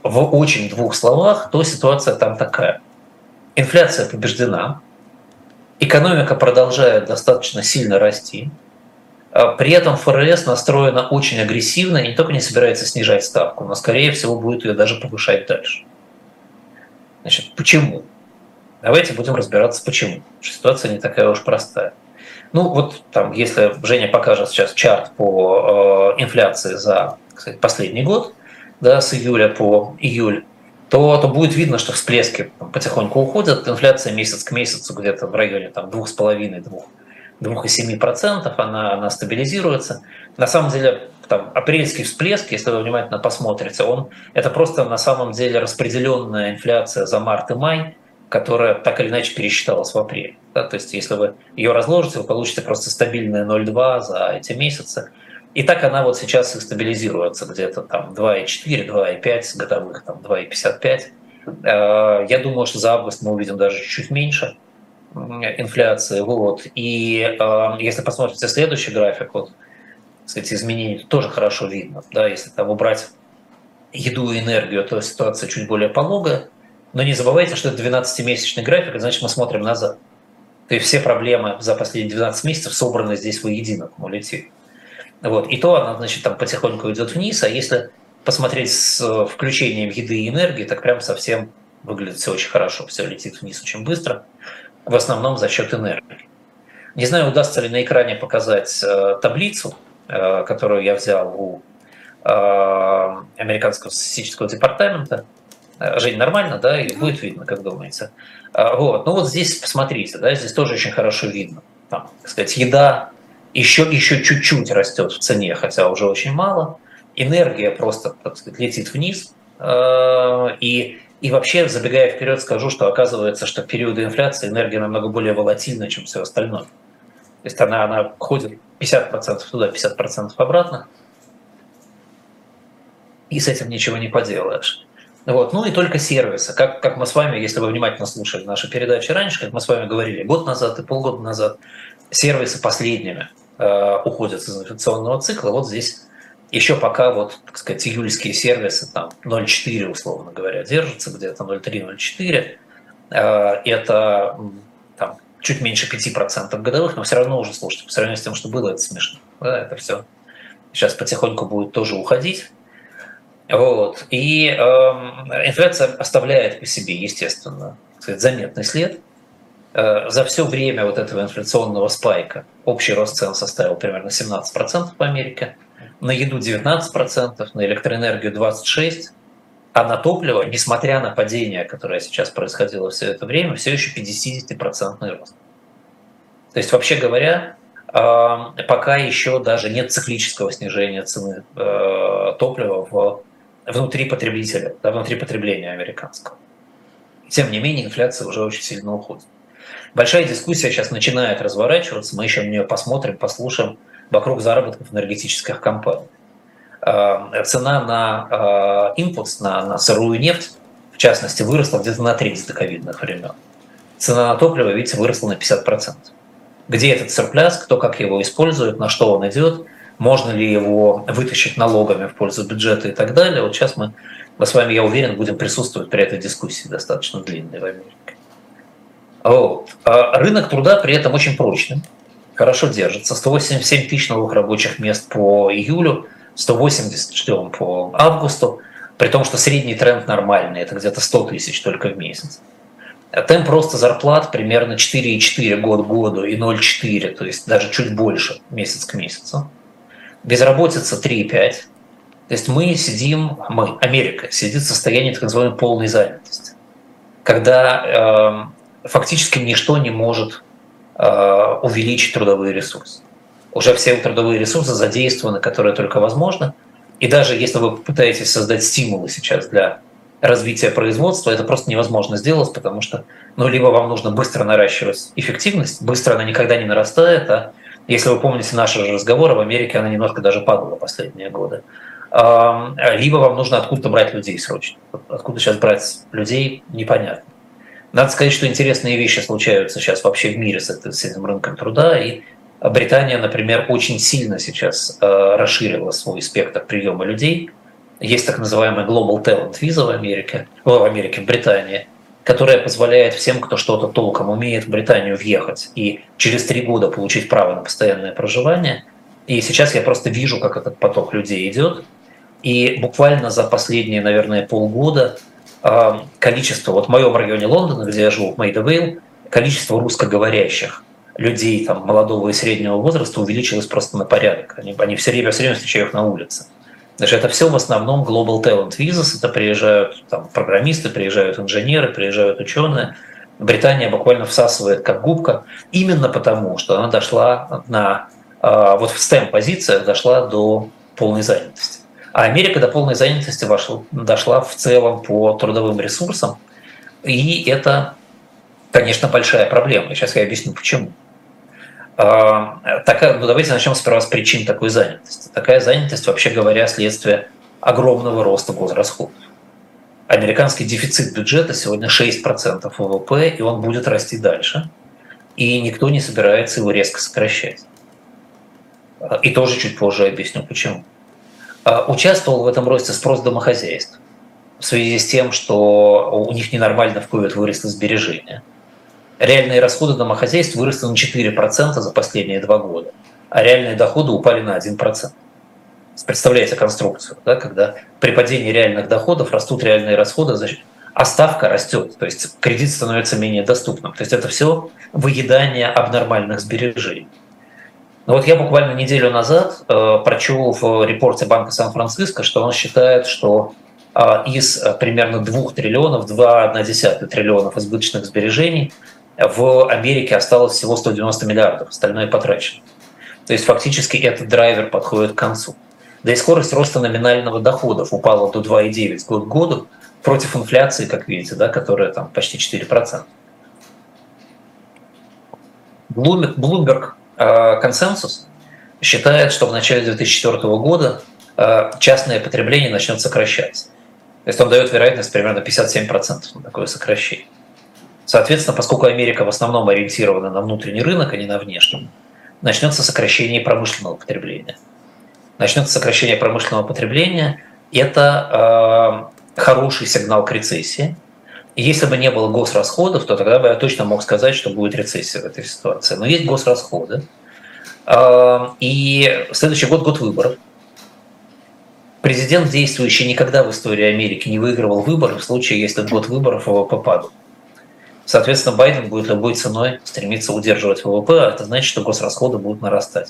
в очень двух словах, то ситуация там такая. Инфляция побеждена, экономика продолжает достаточно сильно расти, при этом ФРС настроена очень агрессивно и не только не собирается снижать ставку, но, скорее всего, будет ее даже повышать дальше. Значит, почему? Давайте будем разбираться, почему. Потому что ситуация не такая уж простая. Ну вот там, если Женя покажет сейчас чарт по э, инфляции за, кстати, последний год, да, с июля по июль, то, то будет видно, что всплески там, потихоньку уходят. Инфляция месяц к месяцу где-то в районе там, два с половиной - два целых семь десятых процента, она, она стабилизируется. На самом деле, там, апрельский всплеск, если вы внимательно посмотрите, он, это просто на самом деле распределенная инфляция за март и май, которая так или иначе пересчиталась в апреле. Да? То есть если вы ее разложите, вы получите просто стабильное ноль целых два десятых за эти месяцы. И так она вот сейчас и стабилизируется где-то там два целых четыре десятых, два целых пять десятых годовых, там два целых пятьдесят пять сотых. Я думаю, что за август мы увидим даже чуть меньше инфляции. Вот. И если посмотрите следующий график, вот, кстати, изменения тоже хорошо видно. Да? Если там убрать еду и энергию, то ситуация чуть более пологая. Но не забывайте, что это двенадцатимесячный график, и значит мы смотрим назад. То есть все проблемы за последние двенадцать месяцев собраны здесь воедино, кумулятивно. Вот. И то она, значит, там потихоньку идет вниз, а если посмотреть с включением еды и энергии, так прям совсем выглядит все очень хорошо, все летит вниз очень быстро, в основном за счет энергии. Не знаю, удастся ли на экране показать э, таблицу, э, которую я взял у э, американского статистического департамента. Жень, нормально, да, и будет видно, как думаете. Вот. Ну вот здесь посмотрите, да, здесь тоже очень хорошо видно. Там, так сказать, еда еще, еще чуть-чуть растет в цене, хотя уже очень мало. Энергия просто, так сказать, летит вниз. И, и вообще, забегая вперед, скажу, что оказывается, что в периоды инфляции энергия намного более волатильна, чем все остальное. То есть она, она ходит пятьдесят процентов туда, пятьдесят процентов обратно. И с этим ничего не поделаешь. Вот. Ну и только сервисы. Как, как мы с вами, если вы внимательно слушали наши передачи раньше, как мы с вами говорили год назад и полгода назад, сервисы последними э, уходят из инфляционного цикла. Вот здесь еще пока вот, так сказать, июльские сервисы там ноль целых четыре десятых, условно говоря, держатся где-то ноль целых три - ноль целых четыре десятых. Э, это там, чуть меньше пяти процентов годовых, но все равно уже, слушайте, по сравнению с тем, что было, это смешно. Да, это все сейчас потихоньку будет тоже уходить. Вот. И э, инфляция оставляет по себе, естественно, так сказать, заметный след. Э, за все время вот этого инфляционного спайка общий рост цен составил примерно семнадцать процентов в Америке, на еду девятнадцать процентов, на электроэнергию двадцать шесть процентов, а на топливо, несмотря на падение, которое сейчас происходило все это время, все еще пятидесятипроцентный рост. То есть, вообще говоря, э, пока еще даже нет циклического снижения цены э, топлива в внутри потребителя, да, внутри потребления американского. Тем не менее, инфляция уже очень сильно уходит. Большая дискуссия сейчас начинает разворачиваться, мы еще на нее посмотрим, послушаем, вокруг заработков энергетических компаний. Цена на импорт, на, на сырую нефть, в частности, выросла где-то на треть до ковидных времен. Цена на топливо, видите, выросла на пятьдесят процентов. Где этот сюрпляс, кто как его использует, на что он идет, можно ли его вытащить налогами в пользу бюджета и так далее. Вот сейчас мы, мы с вами, я уверен, будем присутствовать при этой дискуссии, достаточно длинной в Америке. Вот. А рынок труда при этом очень прочный, хорошо держится. сто восемьдесят семь тысяч новых рабочих мест по июлю, сто восемьдесят ждем по августу, при том, что средний тренд нормальный, это где-то сто тысяч только в месяц. Темп роста зарплат примерно четыре целых четыре десятых год к году и ноль целых четыре десятых, то есть даже чуть больше месяц к месяцу. Безработица три целых пять десятых. То есть мы сидим, мы, Америка, сидит в состоянии так называемой полной занятости, когда э, фактически ничто не может э, увеличить трудовые ресурсы. Уже все трудовые ресурсы задействованы, которые только возможно. И даже если вы пытаетесь создать стимулы сейчас для развития производства, это просто невозможно сделать, потому что ну, либо вам нужно быстро наращивать эффективность, быстро она никогда не нарастает, а если вы помните наши разговоры, в Америке она немножко даже падала последние годы. Либо вам нужно откуда-то брать людей срочно. Откуда сейчас брать людей, непонятно. Надо сказать, что интересные вещи случаются сейчас вообще в мире с этим рынком труда, и Британия, например, очень сильно сейчас расширила свой спектр приема людей. Есть так называемая Global Talent Visa в Америке, в Америке, в Британии, которая позволяет всем, кто что-то толком умеет, в Британию въехать и через три года получить право на постоянное проживание. И сейчас я просто вижу, как этот поток людей идет. И буквально за последние, наверное, полгода количество, вот в моем районе Лондона, где я живу, в Мейдавейл, количество русскоговорящих людей там, молодого и среднего возраста увеличилось просто на порядок. Они, они все время, все время встречаю их на улице. Даже это все в основном Global Talent Visas, это приезжают там, программисты, приезжают инженеры, приезжают ученые. Британия буквально всасывает как губка, именно потому, что она дошла на, вот в STEM-позициях дошла до полной занятости. А Америка до полной занятости вошла, дошла в целом по трудовым ресурсам, и это, конечно, большая проблема. Сейчас я объясню, почему. Такая, ну давайте начнем сперва с причин такой занятости. Такая занятость, вообще говоря, следствие огромного роста госрасходов. Американский дефицит бюджета сегодня шесть процентов ВВП, и он будет расти дальше. И никто не собирается его резко сокращать. И тоже чуть позже объясню, почему. Участвовал в этом росте спрос домохозяйств в связи с тем, что у них ненормально в ковид выросли сбережения. Реальные расходы домохозяйств выросли на четыре процента за последние два года, а реальные доходы упали на один процент. Представляете конструкцию, да, когда при падении реальных доходов растут реальные расходы, а ставка растет, то есть кредит становится менее доступным. То есть это все выедание абнормальных сбережений. Но вот я буквально неделю назад э, прочел в репорте Банка Сан-Франциско, что он считает, что э, из примерно двух триллионов, два целых одна десятая триллионов избыточных сбережений в Америке осталось всего сто девяносто миллиардов, остальное потрачено. То есть фактически этот драйвер подходит к концу. Да и скорость роста номинального доходов упала до два целых девять десятых год к году против инфляции, как видите, да, которая там почти четыре процента. Bloomberg консенсус считает, что в начале две тысячи четвёртого года частное потребление начнет сокращаться. То есть он дает вероятность примерно пятьдесят семь процентов на такое сокращение. Соответственно, поскольку Америка в основном ориентирована на внутренний рынок, а не на внешний, начнется сокращение промышленного потребления. Начнется сокращение промышленного потребления – это э, хороший сигнал к рецессии. И если бы не было госрасходов, то тогда бы я точно мог сказать, что будет рецессия в этой ситуации. Но есть госрасходы. Э, и следующий год – год выборов. Президент, действующий, никогда в истории Америки не выигрывал выборы в случае, если в год выборов ВВП падает. Соответственно, Байден будет любой ценой стремиться удерживать ВВП, а это значит, что госрасходы будут нарастать.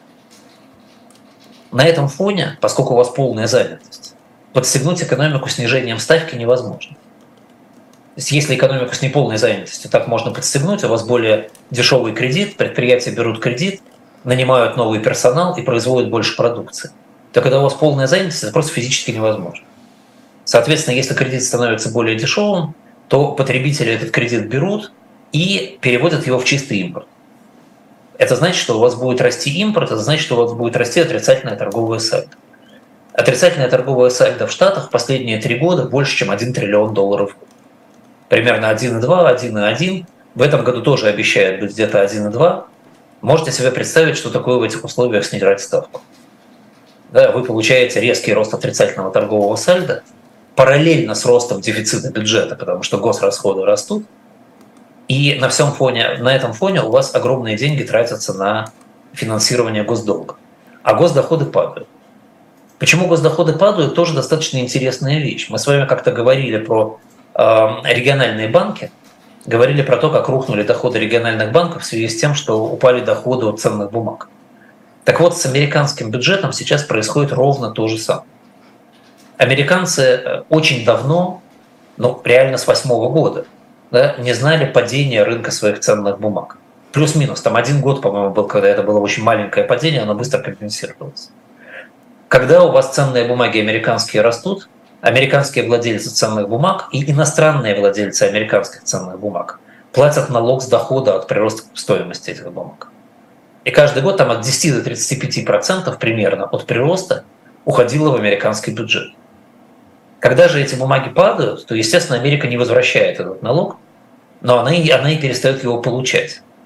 На этом фоне, поскольку у вас полная занятость, подстегнуть экономику снижением ставки невозможно. То есть если экономику с неполной занятостью так можно подстегнуть, у вас более дешевый кредит, предприятия берут кредит, нанимают новый персонал и производят больше продукции, то когда у вас полная занятость, это просто физически невозможно. Соответственно, если кредит становится более дешевым, то потребители этот кредит берут и переводят его в чистый импорт. Это значит, что у вас будет расти импорт, это значит, что у вас будет расти отрицательная торговая сальдо. Отрицательная торговая сальдо в Штатах в последние три года больше, чем один триллион долларов в год. Примерно один целых два, один целых один. В этом году тоже обещает быть где-то один целых два. Можете себе представить, что такое в этих условиях снижать ставку. Да, вы получаете резкий рост отрицательного торгового сальдо, параллельно с ростом дефицита бюджета, потому что госрасходы растут, и на всем фоне, на этом фоне у вас огромные деньги тратятся на финансирование госдолга, а госдоходы падают. Почему госдоходы падают, тоже достаточно интересная вещь. Мы с вами как-то говорили про э, региональные банки, говорили про то, как рухнули доходы региональных банков в связи с тем, что упали доходы от ценных бумаг. Так вот, с американским бюджетом сейчас происходит ровно то же самое. Американцы очень давно, ну реально с восьмого года, да, не знали падения рынка своих ценных бумаг. Плюс-минус, там один год, по-моему, был, когда это было очень маленькое падение, оно быстро компенсировалось. Когда у вас ценные бумаги американские растут, американские владельцы ценных бумаг и иностранные владельцы американских ценных бумаг платят налог с дохода от прироста стоимости этих бумаг. И каждый год там от десяти до тридцати пяти процентов примерно от прироста уходило в американский бюджет. Когда же эти бумаги падают, то, естественно, Америка не возвращает этот налог, но она и, она и перестает его получать.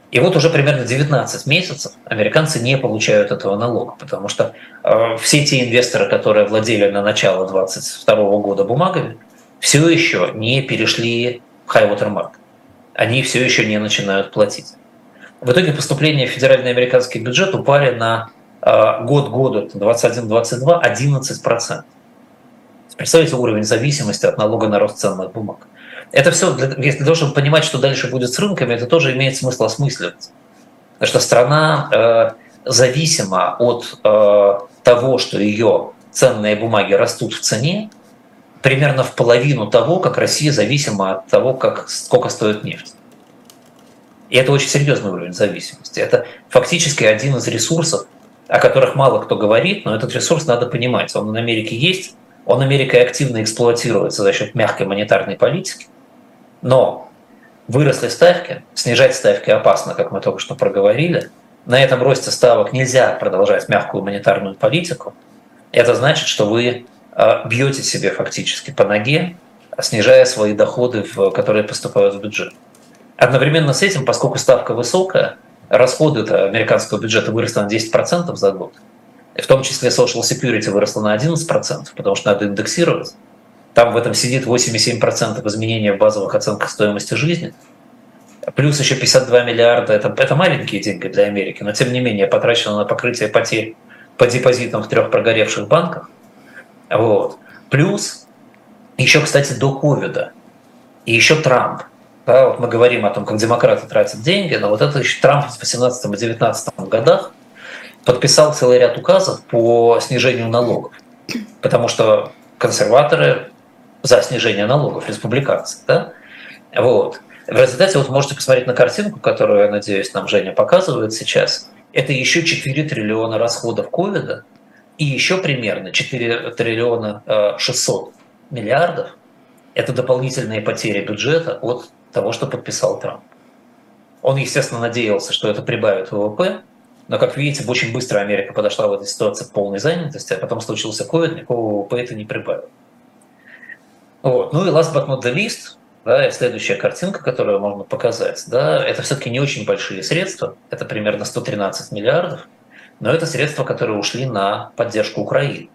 И вот уже примерно девятнадцать месяцев американцы не получают этого налога, потому что э, все те инвесторы, которые владели на начало две тысячи двадцать второго года бумагами, все еще не перешли в high-water mark. Они все еще не начинают платить. В итоге поступления в федеральный американский бюджет упали на э, год году двадцать один двадцать два одиннадцать процентов. Представляете уровень зависимости от налога на рост ценных бумаг. Это все, для, если для того, чтобы понимать, что дальше будет с рынками, это тоже имеет смысл осмысливать. Потому что страна э, зависима от э, того, что ее ценные бумаги растут в цене, примерно в половину того, как Россия зависима от того, как, сколько стоит нефть. И это очень серьезный уровень зависимости. Это фактически один из ресурсов, о которых мало кто говорит, но этот ресурс надо понимать. Он в Америке есть, он Америкой активно эксплуатируется за счет мягкой монетарной политики. Но выросли ставки, снижать ставки опасно, как мы только что проговорили. На этом росте ставок нельзя продолжать мягкую монетарную политику. Это значит, что вы бьете себе фактически по ноге, снижая свои доходы, которые поступают в бюджет. Одновременно с этим, поскольку ставка высокая, расходы американского бюджета выросли на десять процентов за год, в том числе Social Security выросло на одиннадцать процентов, потому что надо индексировать. Там в этом сидит восемь целых семь десятых процента изменения в базовых оценках стоимости жизни. Плюс еще пятьдесят два миллиарда, это, это маленькие деньги для Америки, но тем не менее потрачено на покрытие потерь по депозитам в трех прогоревших банках. Вот. Плюс еще, кстати, до ковида и еще Трамп. Да, вот мы говорим о том, как демократы тратят деньги, но вот это еще Трамп в две тысячи восемнадцатом и две тысячи девятнадцатом годах подписал целый ряд указов по снижению налогов, потому что консерваторы за снижение налогов, республиканцы. Да? Вот. В результате вот можете посмотреть на картинку, которую, я надеюсь, нам Женя показывает сейчас. Это еще четыре триллиона расходов ковида и еще примерно четыре триллиона шестьсот миллиардов. Это дополнительные потери бюджета от того, что подписал Трамп. Он, естественно, надеялся, что это прибавит ВВП, но, как видите, очень быстро Америка подошла в этой ситуации к полной занятости, а потом случился ковид, никакого ВВП это не прибавило. Вот. Ну и last but not the least, да, и следующая картинка, которую можно показать, да, это все-таки не очень большие средства, это примерно сто тринадцать миллиардов, но это средства, которые ушли на поддержку Украины.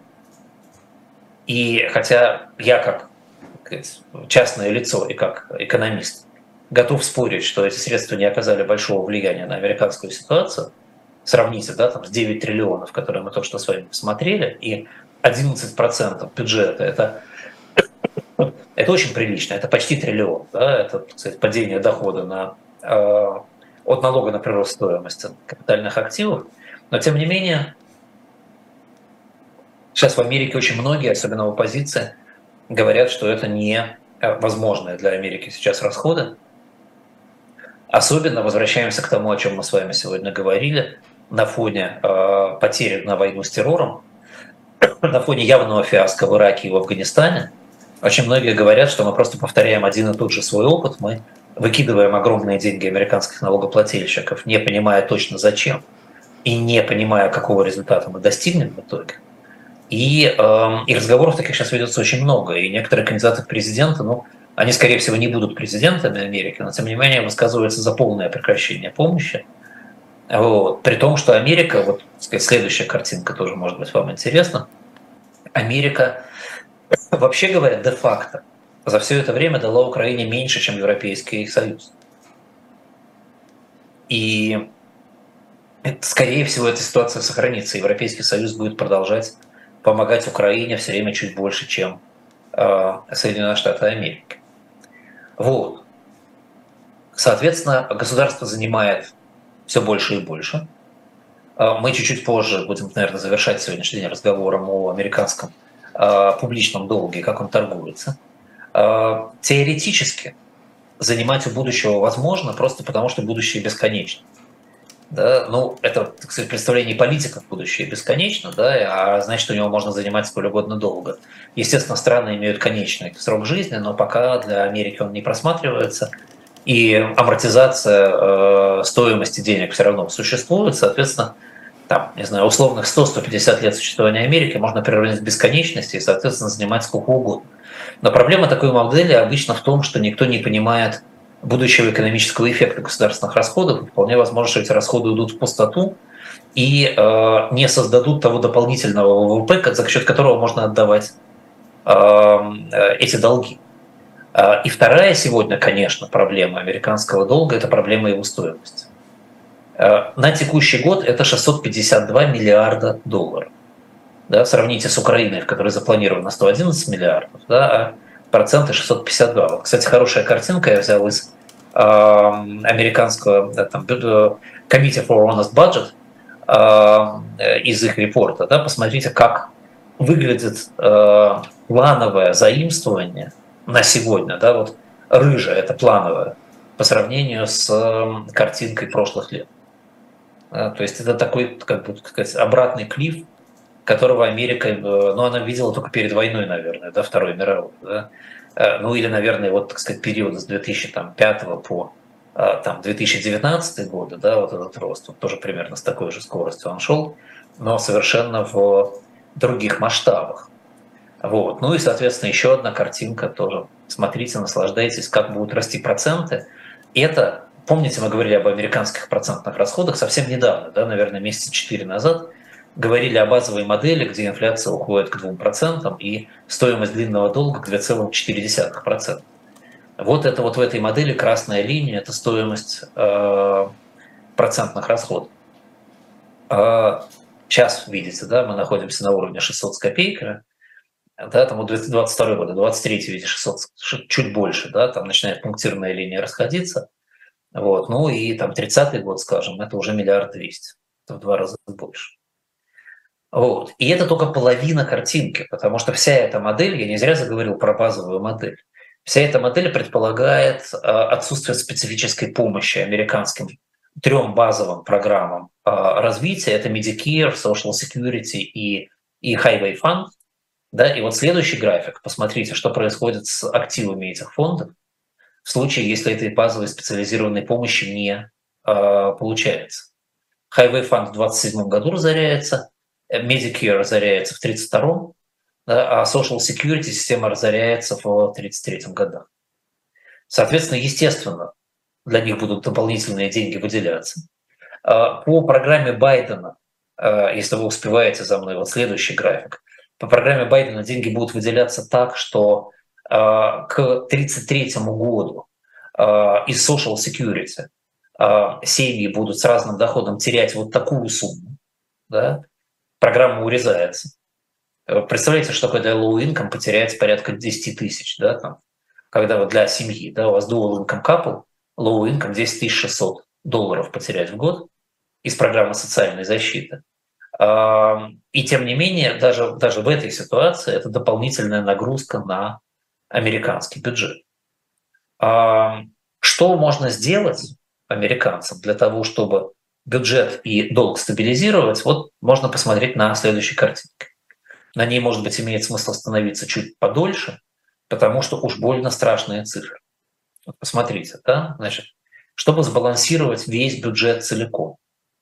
И хотя я как частное лицо и как экономист готов спорить, что эти средства не оказали большого влияния на американскую ситуацию, сравните, да, там, с девять триллионов, которые мы только что с вами посмотрели, и одиннадцать процентов бюджета, это, это очень прилично, это почти триллион, да, это, так сказать, падение дохода на, э, от налога на прирост стоимости капитальных активов, но тем не менее сейчас в Америке очень многие, особенно в оппозиции, говорят, что это не возможные для Америки сейчас расходы. Особенно возвращаемся к тому, о чем мы с вами сегодня говорили, на фоне э, потери на войну с террором, на фоне явного фиаско в Ираке и в Афганистане. Очень многие говорят, что мы просто повторяем один и тот же свой опыт, мы выкидываем огромные деньги американских налогоплательщиков, не понимая точно зачем, и не понимая, какого результата мы достигнем в итоге. И, э, и разговоров таких сейчас ведется очень много, и некоторые кандидаты в президенты, ну, они, скорее всего, не будут президентами Америки, но, тем не менее, высказываются за полное прекращение помощи. Вот. При том, что Америка, вот, так сказать, следующая картинка тоже может быть вам интересна, Америка, вообще говоря, де-факто за все это время дала Украине меньше, чем Европейский Союз. И, скорее всего, эта ситуация сохранится. Европейский Союз будет продолжать помогать Украине все время чуть больше, чем э, Соединенные Штаты Америки. Вот. Соответственно, государство занимает все больше и больше. Э, мы чуть-чуть позже будем, наверное, завершать сегодняшний день разговором о американском э, публичном долге, как он торгуется. Э, теоретически занимать у будущего возможно, просто потому что будущее бесконечно. Да, ну, это, так сказать, представление политиков будущее бесконечно, да, а значит, у него можно занимать сколь угодно долго. Естественно, страны имеют конечный срок жизни, но пока для Америки он не просматривается, и амортизация э, стоимости денег все равно существует, соответственно, там, не знаю, условных сто - сто пятьдесят лет существования Америки можно приравнять к бесконечности и, соответственно, занимать сколько угодно. Но проблема такой модели обычно в том, что никто не понимает, будущего экономического эффекта государственных расходов, вполне возможно, что эти расходы уйдут в пустоту и э, не создадут того дополнительного ВВП, за счет которого можно отдавать э, эти долги. И вторая сегодня, конечно, проблема американского долга – это проблема его стоимости. На текущий год это шестьсот пятьдесят два миллиарда долларов. Да, сравните с Украиной, в которой запланировано сто одиннадцать миллиардов, да, а проценты шестьсот пятьдесят два. Вот, кстати, хорошая картинка я взял из э, американского да, там, Committee for Honest Budget, э, из их репорта. Да, посмотрите, как выглядит э, плановое заимствование на сегодня. Да, вот рыжая – это плановое по сравнению с э, картинкой прошлых лет. Да, то есть это такой, как бы сказать, обратный клифф, которого Америка, ну, она видела только перед войной, наверное, да, Второй мировой, да? Ну, или, наверное, вот, так сказать, период с две тысячи пятого по там, две тысячи девятнадцатый год, да, вот этот рост, вот тоже примерно с такой же скоростью он шел, но совершенно в других масштабах. Вот. Ну и, соответственно, еще одна картинка тоже. Смотрите, наслаждайтесь, как будут расти проценты. Это, помните, мы говорили об американских процентных расходах совсем недавно, да, наверное, месяца четыре назад, говорили о базовой модели, где инфляция уходит к двум процентам и стоимость длинного долга к двум целым четырем десятым процента. Вот это вот в этой модели красная линия – это стоимость э, процентных расходов. Э, сейчас, видите, да, мы находимся на уровне шестьсот с копейками, да, там двадцать второй год, двадцать третий, видите, шестьсот, чуть больше, да, там начинает пунктирная линия расходиться. Вот, ну и там тридцатый год, скажем, это уже миллиард двести, это в два раза больше. Вот. И это только половина картинки, потому что вся эта модель, я не зря заговорил про базовую модель, вся эта модель предполагает э, отсутствие специфической помощи американским трем базовым программам э, развития. Это Medicare, Social Security и, и Highway Fund. Да? И вот следующий график, посмотрите, что происходит с активами этих фондов в случае, если этой базовой специализированной помощи не э, получается. Highway Fund в двадцать седьмом году разоряется, Medicare разоряется в тридцать втором, да, а Social Security система разоряется в тридцать третьем годах. Соответственно, естественно, для них будут дополнительные деньги выделяться. По программе Байдена, если вы успеваете за мной, вот следующий график, по программе Байдена деньги будут выделяться так, что к тридцать третьему году из Social Security семьи будут с разным доходом терять вот такую сумму, да, программа урезается. Представляете, что такое для low income потерять порядка десять тысяч, да, там, когда вот для семьи, да, у вас dual income couple, low income десять тысяч шестьсот долларов потерять в год из программы социальной защиты. И тем не менее, даже, даже в этой ситуации это дополнительная нагрузка на американский бюджет. Что можно сделать американцам для того, чтобы бюджет и долг стабилизировать? Вот можно посмотреть на следующей картинке. На ней, может быть, имеет смысл остановиться чуть подольше, потому что уж больно страшные цифры. Вот посмотрите, да? Значит, чтобы сбалансировать весь бюджет целиком,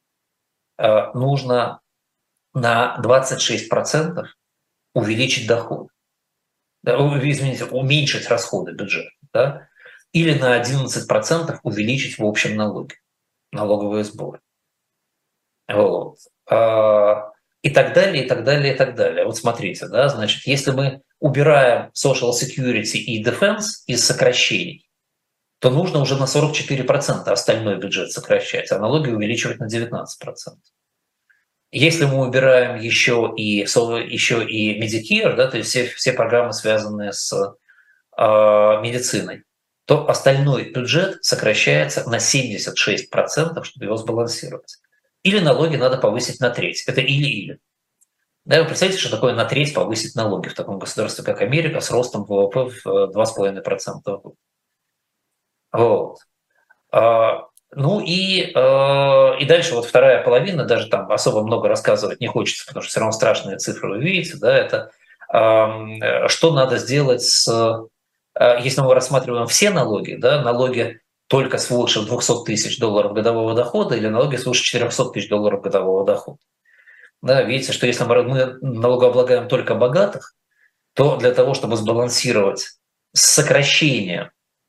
нужно на двадцать шесть процентов увеличить доход, да, извините, уменьшить расходы бюджета, да? Или на одиннадцать процентов увеличить в общем налоги, налоговые сборы. Вот. И так далее, и так далее, и так далее. Вот смотрите, да, значит, если мы убираем Social Security и Defense из сокращений, то нужно уже на сорок четыре процента остальной бюджет сокращать, а налоги увеличивать на девятнадцать процентов. Если мы убираем еще и, еще и Medicare, да, то есть все, все программы, связанные с э, медициной, то остальной бюджет сокращается на семьдесят шесть процентов, чтобы его сбалансировать. Или налоги надо повысить на треть. Это или-или. Да, вы представляете, что такое на треть повысить налоги в таком государстве, как Америка, с ростом ВВП в два с половиной процента в год. Вот. А, ну и, а, и дальше вот вторая половина, даже там особо много рассказывать не хочется, потому что все равно страшные цифры вы видите, да, это а, что надо сделать с... А, если мы рассматриваем все налоги, да, налоги только свыше двухсот тысяч долларов годового дохода или налоги свыше четырехсот тысяч долларов годового дохода. Да, видите, что если мы налогооблагаем только богатых, то для того, чтобы сбалансировать сокращение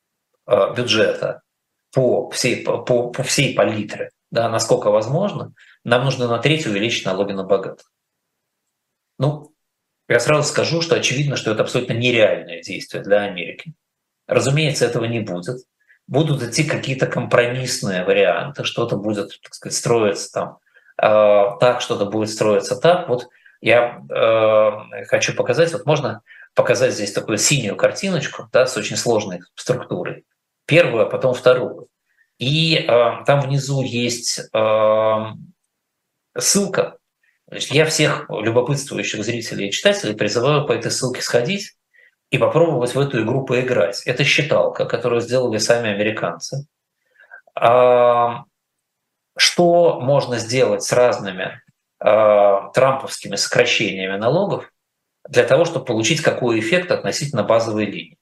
бюджета по всей, по, по всей палитре, да, насколько возможно, нам нужно на треть увеличить налоги на богатых. Ну, я сразу скажу, что очевидно, что это абсолютно нереальное действие для Америки. Разумеется, этого не будет. Будут идти какие-то компромиссные варианты, что-то будет, так сказать, строиться там э, так, что-то будет строиться так. Вот я э, хочу показать, вот можно показать здесь такую синюю картиночку, да, с очень сложной структурой. Первую, а потом вторую. И э, там внизу есть э, ссылка. Значит, я всех любопытствующих зрителей и читателей призываю по этой ссылке сходить и попробовать в эту игру поиграть. Это считалка, которую сделали сами американцы. А, что можно сделать с разными а, трамповскими сокращениями налогов для того, чтобы получить какой эффект относительно базовой линии?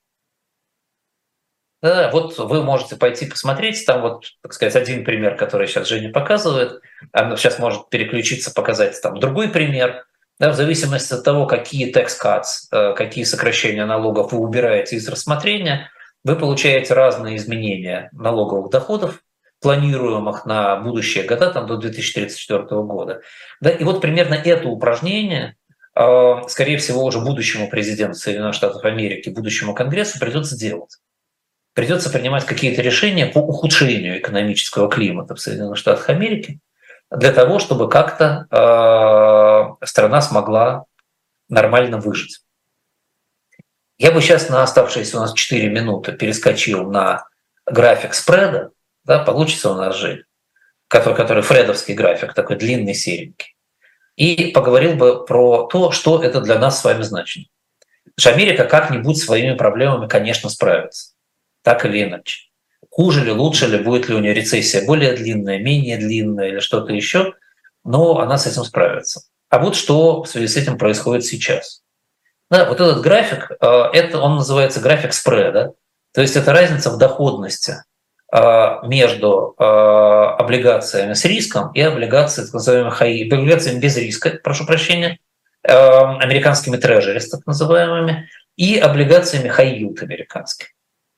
Да, вот вы можете пойти посмотреть, там вот, так сказать, один пример, который сейчас Женя показывает, она сейчас может переключиться, показать там другой пример, да, в зависимости от того, какие tax cuts, какие сокращения налогов вы убираете из рассмотрения, вы получаете разные изменения налоговых доходов, планируемых на будущие года, там, до две тысячи тридцать четвёртого года. Да, и вот примерно это упражнение, скорее всего, уже будущему президенту Соединенных Штатов Америки, будущему Конгрессу придется делать. Придется принимать какие-то решения по ухудшению экономического климата в Соединенных Штатах Америки для того, чтобы как-то э, страна смогла нормально выжить. Я бы сейчас на оставшиеся у нас четыре минуты перескочил на график спреда, да, получится у нас же, который, который фредовский график, такой длинный, серенький, и поговорил бы про то, что это для нас с вами значит. Потому что Америка как-нибудь своими проблемами, конечно, справится. Так или иначе. Хуже ли, лучше ли, будет ли у нее рецессия более длинная, менее длинная или что-то еще, но она с этим справится. А вот что в связи с этим происходит сейчас. Да, вот этот график, это, он называется график спреда, то есть это разница в доходности между облигациями с риском и облигациями, так называемыми high, облигациями без риска, прошу прощения, американскими трежерис, так называемыми, и облигациями high-yield американскими.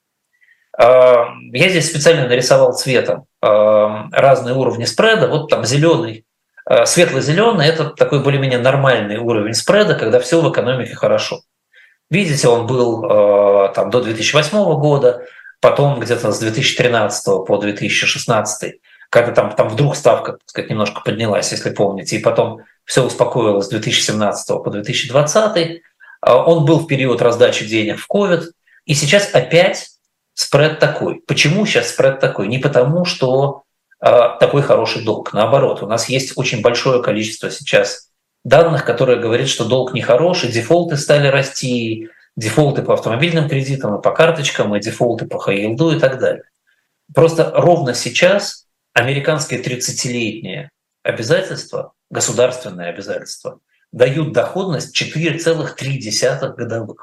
Я здесь специально нарисовал цветом разные уровни спреда. Вот там зеленый, светло-зеленый – это такой более-менее нормальный уровень спреда, когда все в экономике хорошо. Видите, он был там до две тысячи восьмого года, потом где-то с две тысячи тринадцатого по две тысячи шестнадцатый, когда там, там вдруг ставка, так сказать, немножко поднялась, если помните, и потом все успокоилось с две тысячи семнадцатого по две тысячи двадцатый. Он был в период раздачи денег в ковид, и сейчас опять спред такой. Почему сейчас спред такой? Не потому, что э, такой хороший долг. Наоборот, у нас есть очень большое количество сейчас данных, которые говорят, что долг нехороший, дефолты стали расти, дефолты по автомобильным кредитам, и по карточкам, и дефолты по хай-йилду и так далее. Просто ровно сейчас американские тридцатилетние обязательства, государственные обязательства, дают доходность четыре целых три десятых годовых.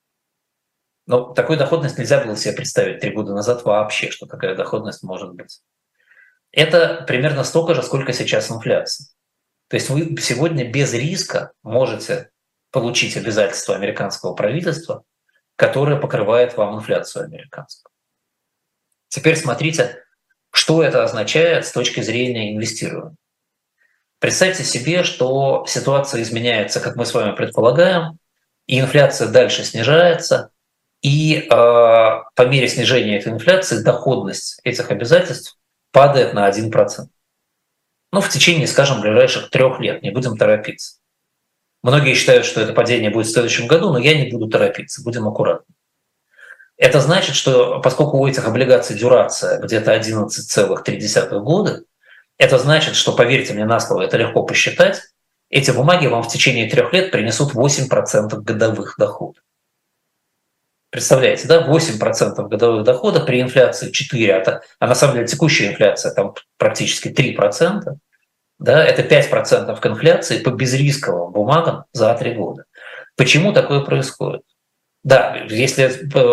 Но такой доходность нельзя было себе представить три года назад вообще, что такая доходность может быть. Это примерно столько же, сколько сейчас инфляция. То есть вы сегодня без риска можете получить обязательство американского правительства, которое покрывает вам инфляцию американскую. Теперь смотрите, что это означает с точки зрения инвестирования. Представьте себе, что ситуация изменяется, как мы с вами предполагаем, и инфляция дальше снижается, и э, по мере снижения этой инфляции доходность этих обязательств падает на один процент. Ну, в течение, скажем, ближайших трех лет, не будем торопиться. Многие считают, что это падение будет в следующем году, но я не буду торопиться, будем аккуратны. Это значит, что поскольку у этих облигаций дюрация где-то одиннадцать целых три десятых года, это значит, что, поверьте мне на слово, это легко посчитать, эти бумаги вам в течение трех лет принесут восемь процентов годовых доходов. Представляете, да, восемь процентов годовых доходов при инфляции четыре процента, а на самом деле текущая инфляция там практически три процента, да, это пять процентов к инфляции по безрисковым бумагам за три года. Почему такое происходит? Да, если,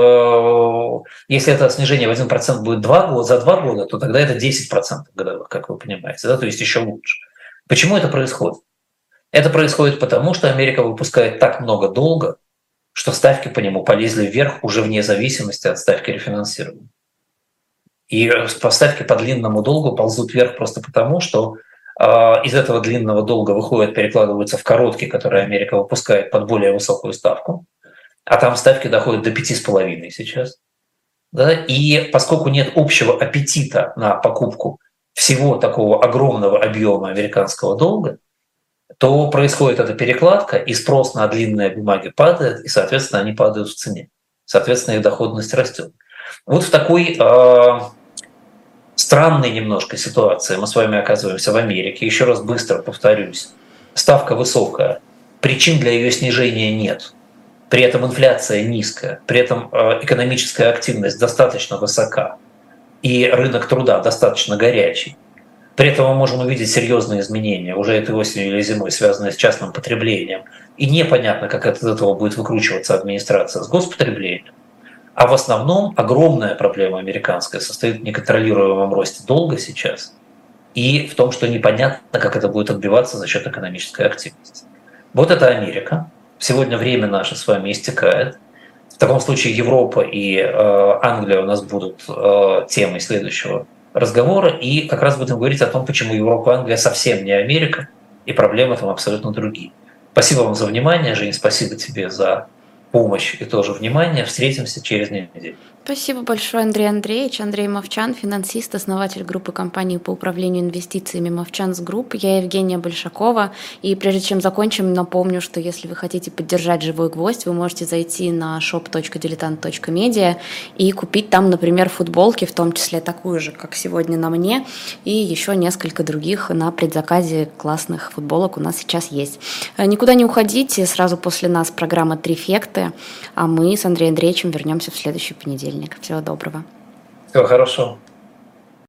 э, если это снижение в один процент будет два года, за два года, то тогда это десять процентов годовых, как вы понимаете, да, то есть еще лучше. Почему это происходит? Это происходит потому, что Америка выпускает так много долга, что ставки по нему полезли вверх уже вне зависимости от ставки рефинансирования. И ставки по длинному долгу ползут вверх просто потому, что э, из этого длинного долга выходят, перекладываются в короткий, который Америка выпускает под более высокую ставку, а там ставки доходят до пяти с половиной сейчас. Да? И поскольку нет общего аппетита на покупку всего такого огромного объема американского долга, то происходит эта перекладка, и спрос на длинные бумаги падает, и, соответственно, они падают в цене. Соответственно, их доходность растет. Вот в такой э, странной немножко ситуации мы с вами оказываемся в Америке. Еще раз быстро повторюсь. Ставка высокая, причин для ее снижения нет. При этом инфляция низкая, при этом э, экономическая активность достаточно высока, и рынок труда достаточно горячий. При этом мы можем увидеть серьезные изменения уже этой осенью или зимой, связанные с частным потреблением. И непонятно, как от этого будет выкручиваться администрация с госпотреблением. А в основном огромная проблема американская состоит в неконтролируемом росте долга сейчас и в том, что непонятно, как это будет отбиваться за счет экономической активности. Вот это Америка. Сегодня время наше с вами истекает. В таком случае Европа и э, Англия у нас будут э, темой следующего разговора, и как раз будем говорить о том, почему Европа и Англия совсем не Америка, и проблемы там абсолютно другие. Спасибо вам за внимание, Жень, спасибо тебе за помощь и тоже внимание. Встретимся через неделю. Спасибо большое, Андрей Андреевич. Андрей Мовчан, финансист, основатель группы компаний по управлению инвестициями Мовчанс Групп. Я Евгения Большакова. И прежде чем закончим, напомню, что если вы хотите поддержать «Живой гвоздь», вы можете зайти на shop точка diletant точка media и купить там, например, футболки, в том числе такую же, как сегодня на мне, и еще несколько других на предзаказе классных футболок у нас сейчас есть. Никуда не уходите, сразу после нас программа «Трифекты», а мы с Андреем Андреевичем вернемся в следующий понедельник. Всего доброго. Всего хорошего.